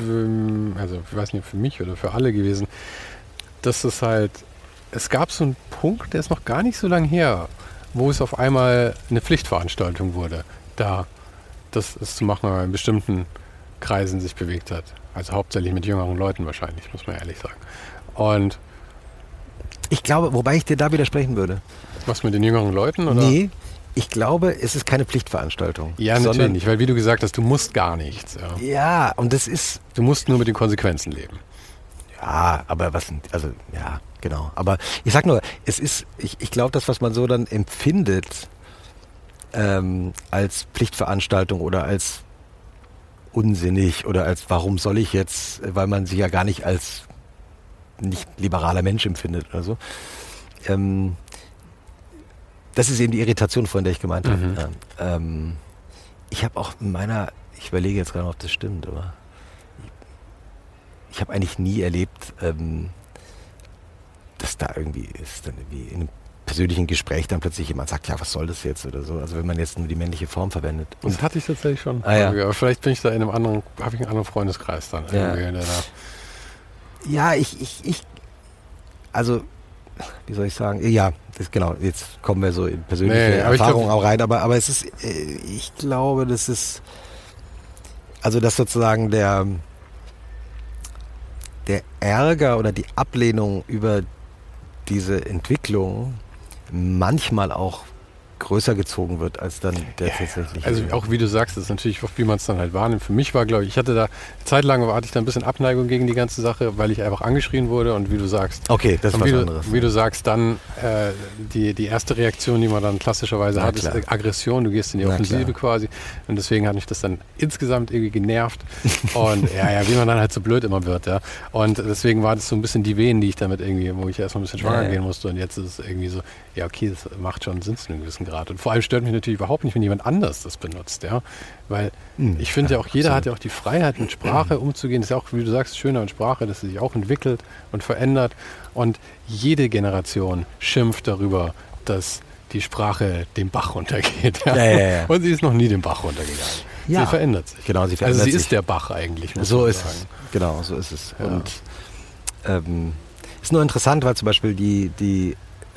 ich weiß nicht, für mich oder für alle gewesen, dass es gab so einen Punkt, der ist noch gar nicht so lange her, wo es auf einmal eine Pflichtveranstaltung wurde, da das zu machen, weil in bestimmten Kreisen sich bewegt hat. Also hauptsächlich mit jüngeren Leuten wahrscheinlich, muss man ehrlich sagen. Und ich glaube, wobei ich dir da widersprechen würde. Was mit den jüngeren Leuten? Oder? Nee, ich glaube, es ist keine Pflichtveranstaltung. Ja, natürlich nicht, weil wie du gesagt hast, du musst gar nichts. Ja, und das ist... Du musst nur mit den Konsequenzen leben. Ja, aber genau. Aber ich sag nur, ich glaube, das, was man so dann empfindet als Pflichtveranstaltung oder als unsinnig oder als warum soll ich jetzt, weil man sich ja gar nicht als nicht liberaler Mensch empfindet oder so. Das ist eben die Irritation, von der ich gemeint habe. Ich habe auch ich überlege jetzt gerade, ob das stimmt, aber ich habe eigentlich nie erlebt, dass da irgendwie ist, dann irgendwie in einem persönlichen Gespräch dann plötzlich jemand sagt, ja, was soll das jetzt oder so. Also wenn man jetzt nur die männliche Form verwendet. Und das hatte ich tatsächlich schon. Ja. Aber vielleicht bin ich da in habe ich einen anderen Freundeskreis dann. Ja, also, wie soll ich sagen? Ja, genau, jetzt kommen wir so in persönliche Erfahrungen auch rein, aber es ist, ich glaube, das ist, also dass sozusagen der Ärger oder die Ablehnung über diese Entwicklung manchmal auch größer gezogen wird als dann der tatsächliche. Also auch wie du sagst, das ist natürlich, wie man es dann halt wahrnimmt. Für mich war, glaube ich, hatte ich da ein bisschen Abneigung gegen die ganze Sache, weil ich einfach angeschrien wurde und wie du sagst. Okay, das ist was anderes. Wie du sagst, dann die erste Reaktion, die man dann klassischerweise hat, ist Aggression. Du gehst in die Offensive quasi und deswegen hat mich das dann insgesamt irgendwie genervt und wie man dann halt so blöd immer wird. Ja. Und deswegen war das so ein bisschen die Venen, die ich damit irgendwie, wo ich erstmal ein bisschen schwanger gehen musste und jetzt ist es irgendwie so, ja okay, das macht schon Sinn zu einem gewissen Grad. Und vor allem stört mich natürlich überhaupt nicht, wenn jemand anders das benutzt, ja. Weil ich finde ja auch, jeder hat ja auch die Freiheit, mit Sprache umzugehen. Das ist ja auch, wie du sagst, schöner mit Sprache, dass sie sich auch entwickelt und verändert. Und jede Generation schimpft darüber, dass die Sprache den Bach runtergeht. Ja? Ja. Und sie ist noch nie den Bach runtergegangen. Ja. Sie verändert sich. Genau, sie verändert sich. Also sie ist der Bach eigentlich, muss so man ist sagen. Es. Genau, so ist es. Ja. Und ist nur interessant, weil zum Beispiel die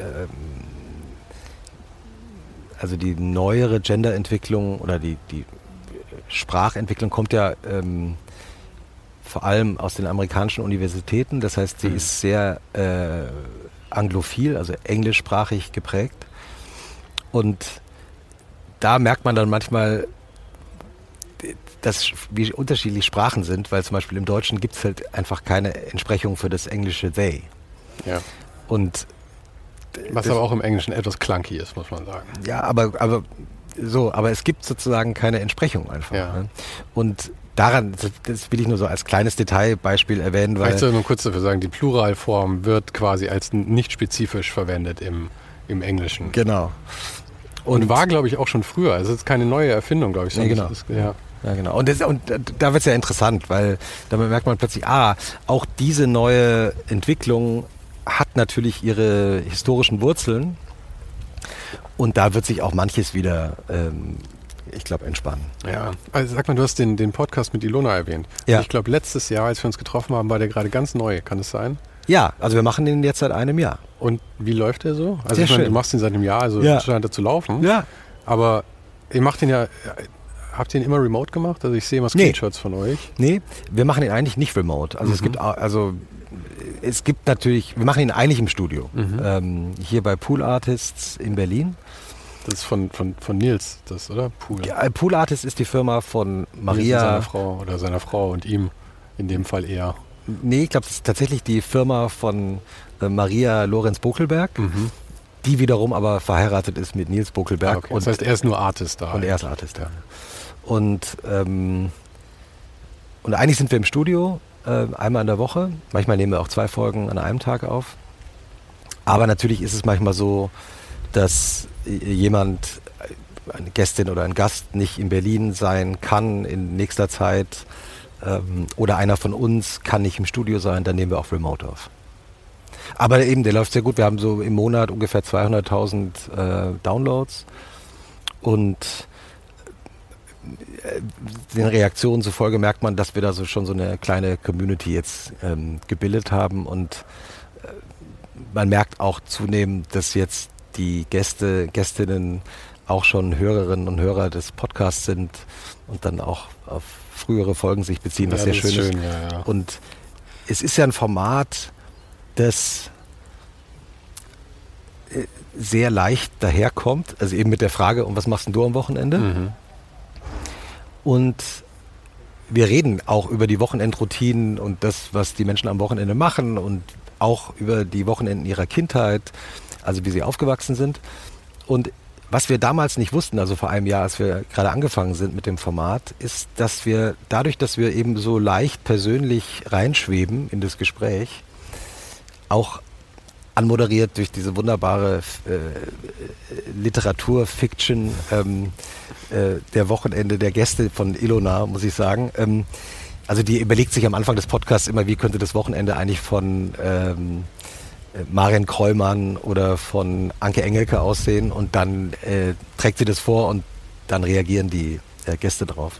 neuere Genderentwicklung oder die Sprachentwicklung kommt ja vor allem aus den amerikanischen Universitäten. Das heißt, sie ist sehr anglophil, also englischsprachig geprägt. Und da merkt man dann manchmal, wie unterschiedlich Sprachen sind, weil zum Beispiel im Deutschen gibt es halt einfach keine Entsprechung für das englische they. Ja. Und was aber auch im Englischen etwas clunky ist, muss man sagen. Ja, aber es gibt sozusagen keine Entsprechung einfach. Ja. Ne? Und daran, das will ich nur so als kleines Detailbeispiel erwähnen, weil... Vielleicht soll ich nur kurz dafür sagen, die Pluralform wird quasi als nicht spezifisch verwendet im Englischen. Genau. Und war, glaube ich, auch schon früher. Also es ist keine neue Erfindung, glaube ich. Nee, genau. Ja, genau. Und da wird es ja interessant, weil da merkt man plötzlich, auch diese neue Entwicklung hat natürlich ihre historischen Wurzeln und da wird sich auch manches wieder, ich glaube, entspannen. Ja, also sag mal, du hast den Podcast mit Ilona erwähnt. Ja. Ich glaube, letztes Jahr, als wir uns getroffen haben, war der gerade ganz neu. Kann es sein? Ja, also wir machen den jetzt seit einem Jahr. Und wie läuft der so? Also Sehr ich meine, schön. du machst ihn seit einem Jahr, also scheint er zu laufen. Ja. Aber ihr macht den ja... Habt ihr ihn immer remote gemacht? Also ich sehe immer Screenshots von euch. Nee, wir machen ihn eigentlich nicht remote. Also es gibt natürlich, wir machen ihn eigentlich im Studio. Hier bei Pool Artists in Berlin. Das ist von Nils, das, oder? Ja, Pool Artists ist die Firma von Maria. Seiner Frau und ihm, in dem Fall eher. Nee, ich glaube, das ist tatsächlich die Firma von Maria Lorenz Bokelberg, die wiederum aber verheiratet ist mit Nils Bokelberg. Okay. Das heißt, er ist nur Artist da. Und er ist Artist, ja. Und eigentlich sind wir im Studio, einmal in der Woche. Manchmal nehmen wir auch 2 Folgen an einem Tag auf. Aber natürlich ist es manchmal so, dass jemand, eine Gästin oder ein Gast nicht in Berlin sein kann in nächster Zeit oder einer von uns kann nicht im Studio sein, dann nehmen wir auch remote auf. Aber eben, der läuft sehr gut. Wir haben so im Monat ungefähr 200.000 Downloads und den Reaktionen zufolge merkt man, dass wir da so schon so eine kleine Community jetzt gebildet haben und man merkt auch zunehmend, dass jetzt die Gästinnen auch schon Hörerinnen und Hörer des Podcasts sind und dann auch auf frühere Folgen sich beziehen, was sehr schön ist. Ja. Und es ist ja ein Format, das sehr leicht daherkommt, also eben mit der Frage, und was machst denn du am Wochenende? Und wir reden auch über die Wochenendroutinen und das, was die Menschen am Wochenende machen und auch über die Wochenenden ihrer Kindheit, also wie sie aufgewachsen sind. Und was wir damals nicht wussten, also vor einem Jahr, als wir gerade angefangen sind mit dem Format, ist, dass wir dadurch, dass wir eben so leicht persönlich reinschweben in das Gespräch, auch anmoderiert durch diese wunderbare Literatur-Fiction der Wochenende der Gäste von Ilona, muss ich sagen. Also die überlegt sich am Anfang des Podcasts immer, wie könnte das Wochenende eigentlich von Maren Krollmann oder von Anke Engelke aussehen und dann trägt sie das vor und dann reagieren die Gäste drauf.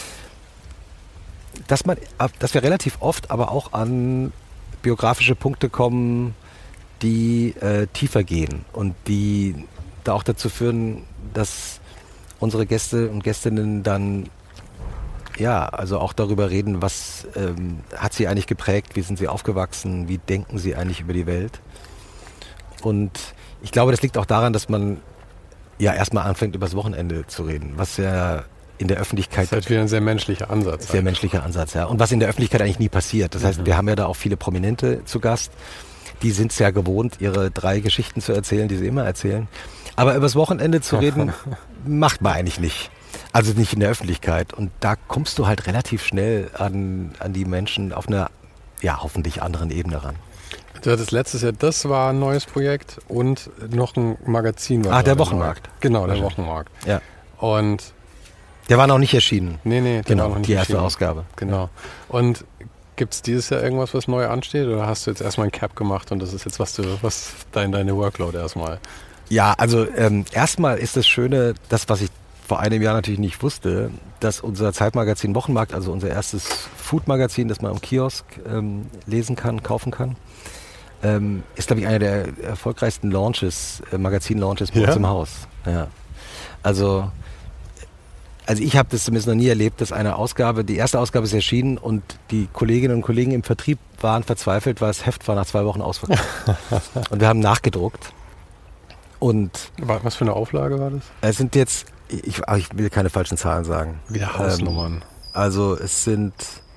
Dass wir relativ oft aber auch an biografische Punkte kommen, die tiefer gehen und die da auch dazu führen, dass unsere Gäste und Gästinnen dann also auch darüber reden, was hat sie eigentlich geprägt, wie sind sie aufgewachsen, wie denken sie eigentlich über die Welt. Und ich glaube, das liegt auch daran, dass man ja erstmal anfängt, über das Wochenende zu reden, was ja in der Öffentlichkeit... Das ist halt wieder ein sehr menschlicher Ansatz. Sehr menschlicher Ansatz, ja. Und was in der Öffentlichkeit eigentlich nie passiert. Das heißt, wir haben ja da auch viele Prominente zu Gast. Die sind es ja gewohnt, ihre 3 Geschichten zu erzählen, die sie immer erzählen. Aber übers Wochenende zu reden, macht man eigentlich nicht. Also nicht in der Öffentlichkeit. Und da kommst du halt relativ schnell an die Menschen auf einer, hoffentlich anderen Ebene ran. Du hattest letztes Jahr, das war ein neues Projekt und noch ein Magazin. War der Wochenmarkt. Genau, der Wochenmarkt. Ja. Und der war noch nicht erschienen. Nee, genau, war noch nicht die erste erschienen. Ausgabe. Genau. Und gibt es dieses Jahr irgendwas, was neu ansteht? Oder hast du jetzt erstmal ein Cap gemacht und das ist jetzt was deine Workload erstmal? Ja, also erstmal ist das Schöne, das, was ich vor einem Jahr natürlich nicht wusste, dass unser Zeitmagazin Wochenmarkt, also unser erstes Food-Magazin, das man am Kiosk lesen kann, kaufen kann, ist, glaube ich, einer der erfolgreichsten Magazin-Launches bei uns im Haus. Ja. Also ich habe das zumindest noch nie erlebt, dass die erste Ausgabe ist erschienen und die Kolleginnen und Kollegen im Vertrieb waren verzweifelt, weil das Heft war nach 2 Wochen ausverkauft. Und wir haben nachgedruckt. Und was für eine Auflage war das? Es sind jetzt, ich will keine falschen Zahlen sagen. Wieder Hausnummern. Also es sind,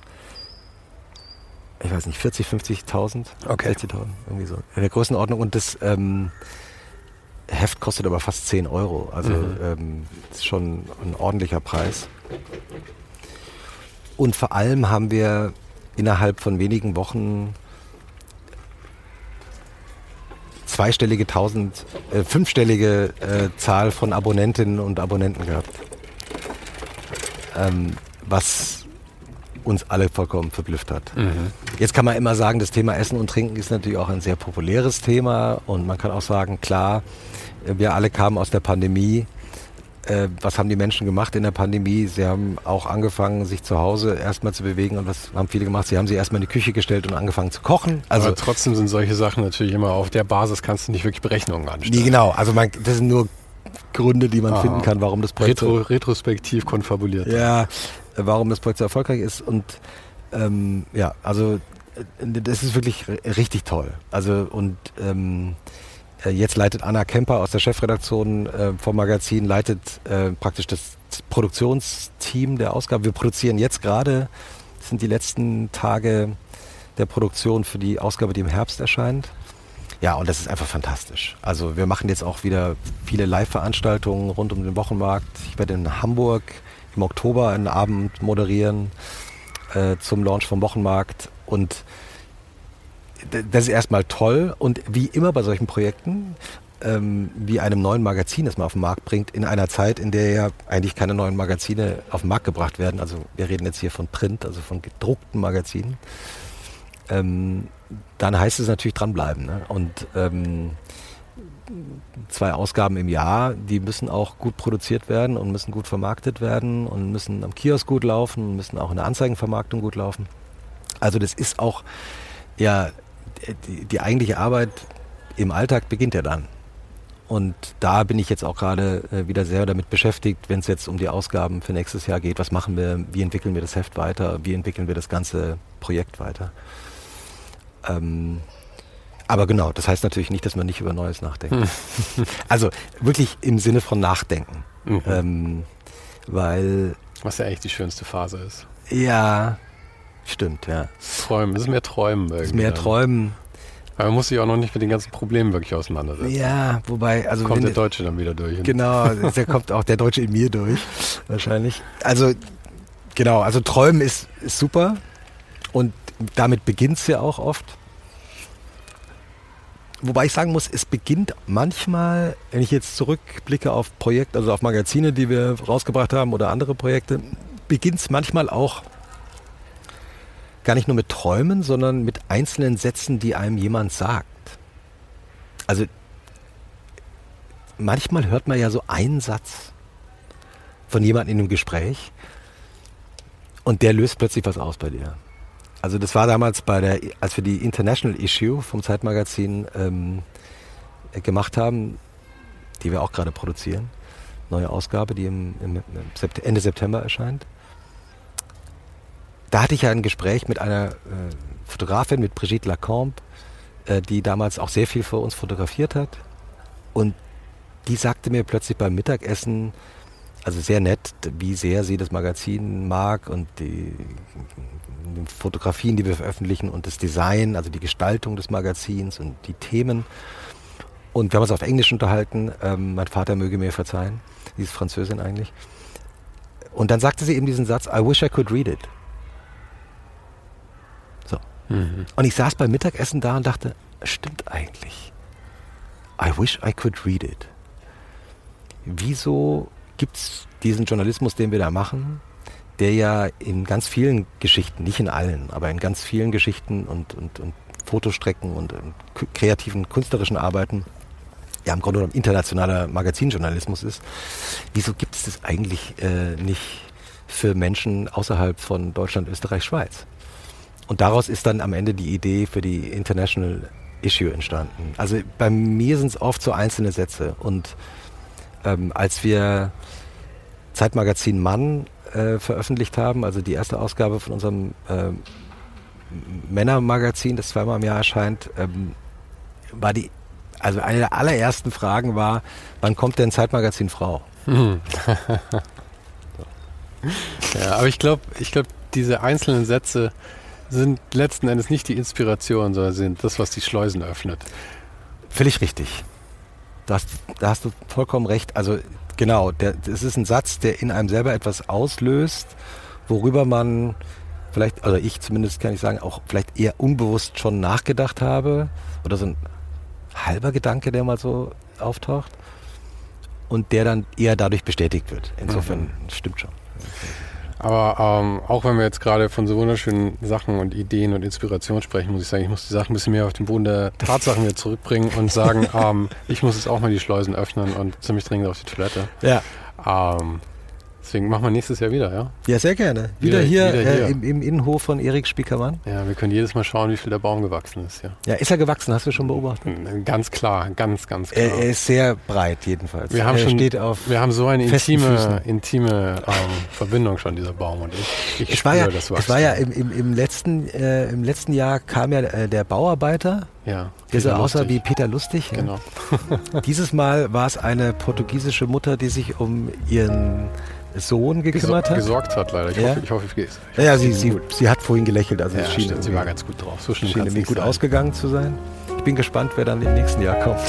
ich weiß nicht, 40.000, 50.000, okay. 60.000, irgendwie so. In der Größenordnung. Und das Heft kostet aber fast 10 Euro. Also ist schon ein ordentlicher Preis. Und vor allem haben wir innerhalb von wenigen Wochen fünfstellige Zahl von Abonnentinnen und Abonnenten gehabt. Was uns alle vollkommen verblüfft hat. Jetzt kann man immer sagen, das Thema Essen und Trinken ist natürlich auch ein sehr populäres Thema und man kann auch sagen, klar, wir alle kamen aus der Pandemie. Was haben die Menschen gemacht in der Pandemie? Sie haben auch angefangen, sich zu Hause erstmal zu bewegen. Und was haben viele gemacht? Sie haben sich erstmal in die Küche gestellt und angefangen zu kochen. Also aber trotzdem sind solche Sachen natürlich immer auf der Basis, kannst du nicht wirklich Berechnungen anstellen. Nee, genau. Also das sind nur Gründe, die man finden kann, warum das Projekt retrospektiv konfabuliert. Ja, warum das Projekt so erfolgreich ist. Und also das ist wirklich richtig toll. Also und jetzt leitet Anna Kemper aus der Chefredaktion vom Magazin, praktisch das Produktionsteam der Ausgabe. Wir produzieren jetzt gerade, das sind die letzten Tage der Produktion für die Ausgabe, die im Herbst erscheint. Ja, und das ist einfach fantastisch. Also wir machen jetzt auch wieder viele Live-Veranstaltungen rund um den Wochenmarkt. Ich werde in Hamburg im Oktober einen Abend moderieren zum Launch vom Wochenmarkt und das ist erstmal toll und wie immer bei solchen Projekten, wie einem neuen Magazin, das man auf den Markt bringt, in einer Zeit, in der ja eigentlich keine neuen Magazine auf den Markt gebracht werden. Also wir reden jetzt hier von Print, also von gedruckten Magazinen. Dann heißt es natürlich dranbleiben. Ne? Und 2 Ausgaben im Jahr, die müssen auch gut produziert werden und müssen gut vermarktet werden und müssen am Kiosk gut laufen und müssen auch in der Anzeigenvermarktung gut laufen. Also das ist auch, die eigentliche Arbeit im Alltag beginnt ja dann. Und da bin ich jetzt auch gerade wieder sehr damit beschäftigt, wenn es jetzt um die Ausgaben für nächstes Jahr geht. Was machen wir? Wie entwickeln wir das Heft weiter? Wie entwickeln wir das ganze Projekt weiter? Aber genau, das heißt natürlich nicht, dass man nicht über Neues nachdenkt. Also wirklich im Sinne von Nachdenken. Weil... Was ja eigentlich die schönste Phase ist. Ja, stimmt, ja. Träumen, das ist mehr Träumen. Das ist mehr Träumen. Aber man muss sich auch noch nicht mit den ganzen Problemen wirklich auseinandersetzen. Ja, wobei... Also kommt der Deutsche dann wieder durch. Genau, da kommt auch der Deutsche in mir durch, wahrscheinlich. Also, genau, also Träumen ist super und damit beginnt es ja auch oft. Wobei ich sagen muss, es beginnt manchmal, wenn ich jetzt zurückblicke auf Projekte, also auf Magazine, die wir rausgebracht haben oder andere Projekte, beginnt es manchmal auch gar nicht nur mit Träumen, sondern mit einzelnen Sätzen, die einem jemand sagt. Also manchmal hört man ja so einen Satz von jemandem in einem Gespräch und der löst plötzlich was aus bei dir. Also das war damals als wir die International Issue vom Zeitmagazin gemacht haben, die wir auch gerade produzieren, neue Ausgabe, die Ende September erscheint. Da hatte ich ja ein Gespräch mit einer Fotografin, mit Brigitte Lacombe, die damals auch sehr viel für uns fotografiert hat. Und die sagte mir plötzlich beim Mittagessen, also sehr nett, wie sehr sie das Magazin mag und die Fotografien, die wir veröffentlichen und das Design, also die Gestaltung des Magazins und die Themen. Und wir haben uns auf Englisch unterhalten. Mein Vater möge mir verzeihen. Sie ist Französin eigentlich. Und dann sagte sie eben diesen Satz, I wish I could read it. So. Mhm. Und ich saß beim Mittagessen da und dachte, stimmt eigentlich. I wish I could read it. Wieso gibt es diesen Journalismus, den wir da machen, der ja in ganz vielen Geschichten, nicht in allen, aber in ganz vielen Geschichten und Fotostrecken und kreativen, künstlerischen Arbeiten ja im Grunde genommen internationaler Magazinjournalismus ist. Wieso gibt es das eigentlich nicht für Menschen außerhalb von Deutschland, Österreich, Schweiz? Und daraus ist dann am Ende die Idee für die International Issue entstanden. Also bei mir sind es oft so einzelne Sätze. Und als wir Zeitmagazin Mann veröffentlicht haben, also die erste Ausgabe von unserem Männermagazin, das zweimal im Jahr erscheint, war also eine der allerersten Fragen war, wann kommt denn Zeitmagazin Frau? Ja, aber ich glaube, diese einzelnen Sätze sind letzten Endes nicht die Inspiration, sondern sind das, was die Schleusen öffnet. Völlig richtig. Da hast du vollkommen recht. Also genau, das ist ein Satz, der in einem selber etwas auslöst, worüber man vielleicht, also ich zumindest kann ich sagen, auch vielleicht eher unbewusst schon nachgedacht habe. Oder so ein halber Gedanke, der mal so auftaucht. Und der dann eher dadurch bestätigt wird. Insofern stimmt schon. Aber auch wenn wir jetzt gerade von so wunderschönen Sachen und Ideen und Inspiration sprechen, muss ich sagen, ich muss die Sachen ein bisschen mehr auf den Boden der Tatsachen wieder zurückbringen und sagen, ich muss jetzt auch mal die Schleusen öffnen und ziemlich dringend auf die Toilette. Ja. Deswegen machen wir nächstes Jahr wieder, ja? Ja, sehr gerne. Wieder hier. Im Innenhof von Erik Spiekermann. Ja, wir können jedes Mal schauen, wie viel der Baum gewachsen ist. Ja, ja, ist er gewachsen? Hast du schon beobachtet? Ganz klar, ganz klar. Er ist sehr breit jedenfalls. Wir haben so eine intime Verbindung schon, dieser Baum und ich. Ich spüre das Wachstum. Es war ja im letzten Jahr kam ja der Bauarbeiter, der so aussah wie Peter Lustig. Genau. Dieses Mal war es eine portugiesische Mutter, die sich um ihren Sohn gekümmert hat. Gesorgt hat leider. Ich hoffe, ich gehe es. Ja, sie hat vorhin gelächelt. Also sie war ganz gut drauf. So schien irgendwie gut ausgegangen zu sein. Ich bin gespannt, wer dann im nächsten Jahr kommt.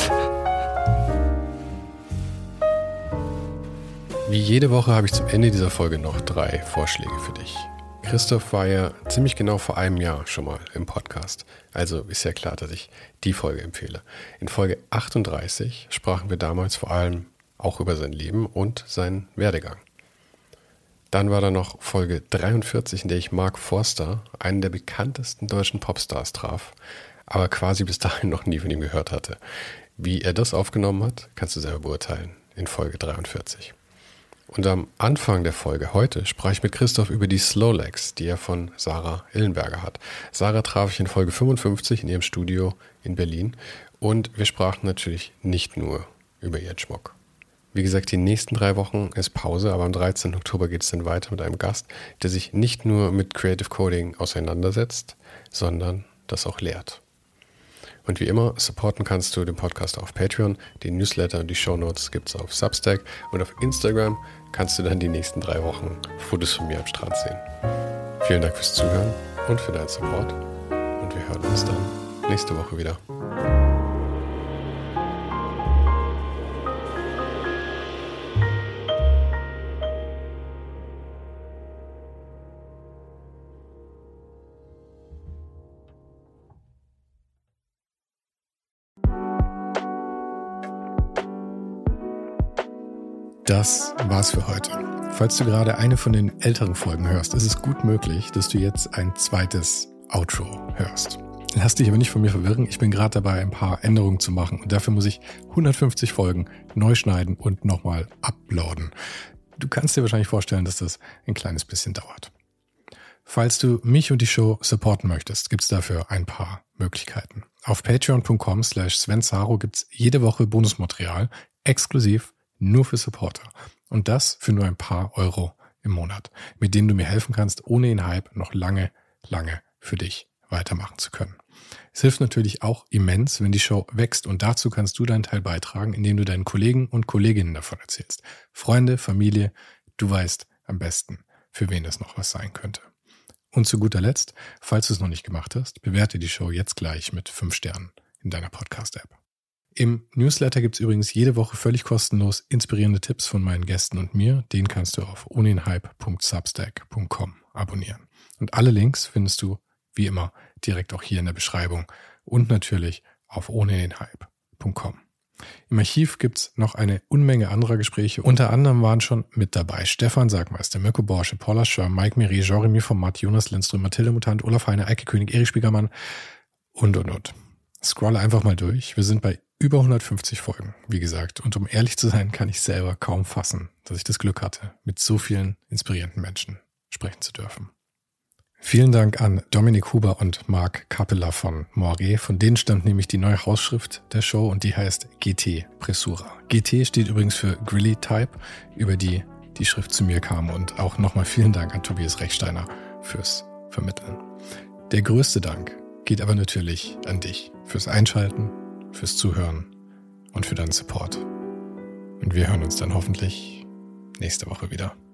Wie jede Woche habe ich zum Ende dieser Folge noch 3 Vorschläge für dich. Christoph war ja ziemlich genau vor einem Jahr schon mal im Podcast. Also ist ja klar, dass ich die Folge empfehle. In Folge 38 sprachen wir damals vor allem auch über sein Leben und seinen Werdegang. Dann war da noch Folge 43, in der ich Mark Forster, einen der bekanntesten deutschen Popstars, traf, aber quasi bis dahin noch nie von ihm gehört hatte. Wie er das aufgenommen hat, kannst du selber beurteilen in Folge 43. Und am Anfang der Folge heute sprach ich mit Christoph über die Slowlegs, die er von Sarah Illenberger hat. Sarah traf ich in Folge 55 in ihrem Studio in Berlin und wir sprachen natürlich nicht nur über ihren Schmuck. Wie gesagt, die nächsten 3 Wochen ist Pause, aber am 13. Oktober geht es dann weiter mit einem Gast, der sich nicht nur mit Creative Coding auseinandersetzt, sondern das auch lehrt. Und wie immer, supporten kannst du den Podcast auf Patreon, den Newsletter und die Shownotes gibt es auf Substack und auf Instagram kannst du dann die nächsten 3 Wochen Fotos von mir am Strand sehen. Vielen Dank fürs Zuhören und für deinen Support und wir hören uns dann nächste Woche wieder. Das war's für heute. Falls du gerade eine von den älteren Folgen hörst, ist es gut möglich, dass du jetzt ein zweites Outro hörst. Lass dich aber nicht von mir verwirren. Ich bin gerade dabei, ein paar Änderungen zu machen und dafür muss ich 150 Folgen neu schneiden und nochmal uploaden. Du kannst dir wahrscheinlich vorstellen, dass das ein kleines bisschen dauert. Falls du mich und die Show supporten möchtest, gibt's dafür ein paar Möglichkeiten. Auf patreon.com/Sven Saro gibt's jede Woche Bonusmaterial, exklusiv nur für Supporter. Und das für nur ein paar Euro im Monat, mit denen du mir helfen kannst, ohne den Hype noch lange für dich weitermachen zu können. Es hilft natürlich auch immens, wenn die Show wächst und dazu kannst du deinen Teil beitragen, indem du deinen Kollegen und Kolleginnen davon erzählst. Freunde, Familie, du weißt am besten, für wen das noch was sein könnte. Und zu guter Letzt, falls du es noch nicht gemacht hast, bewerte die Show jetzt gleich mit 5 Sternen in deiner Podcast-App. Im Newsletter gibt es übrigens jede Woche völlig kostenlos inspirierende Tipps von meinen Gästen und mir. Den kannst du auf ohnenhype.substack.com abonnieren. Und alle Links findest du, wie immer, direkt auch hier in der Beschreibung und natürlich auf ohnenhype.com. Im Archiv gibt's noch eine Unmenge anderer Gespräche. Unter anderem waren schon mit dabei Stefan Sagmeister, Mirko Borsche, Paula Schör, Mike Miri, Jeremy Format, Jonas Lindström, Mathilde Mutant, Olaf Heine, Eike König, Erich Spiegermann und. Scrolle einfach mal durch. Wir sind bei über 150 Folgen, wie gesagt. Und um ehrlich zu sein, kann ich selber kaum fassen, dass ich das Glück hatte, mit so vielen inspirierenden Menschen sprechen zu dürfen. Vielen Dank an Dominik Huber und Marc Capella von Moiré. Von denen stammt nämlich die neue Hausschrift der Show und die heißt GT Pressura. GT steht übrigens für Grilly Type, über die Schrift zu mir kam. Und auch nochmal vielen Dank an Tobias Rechsteiner fürs Vermitteln. Der größte Dank geht aber natürlich an dich fürs Einschalten, fürs Zuhören und für deinen Support. Und wir hören uns dann hoffentlich nächste Woche wieder.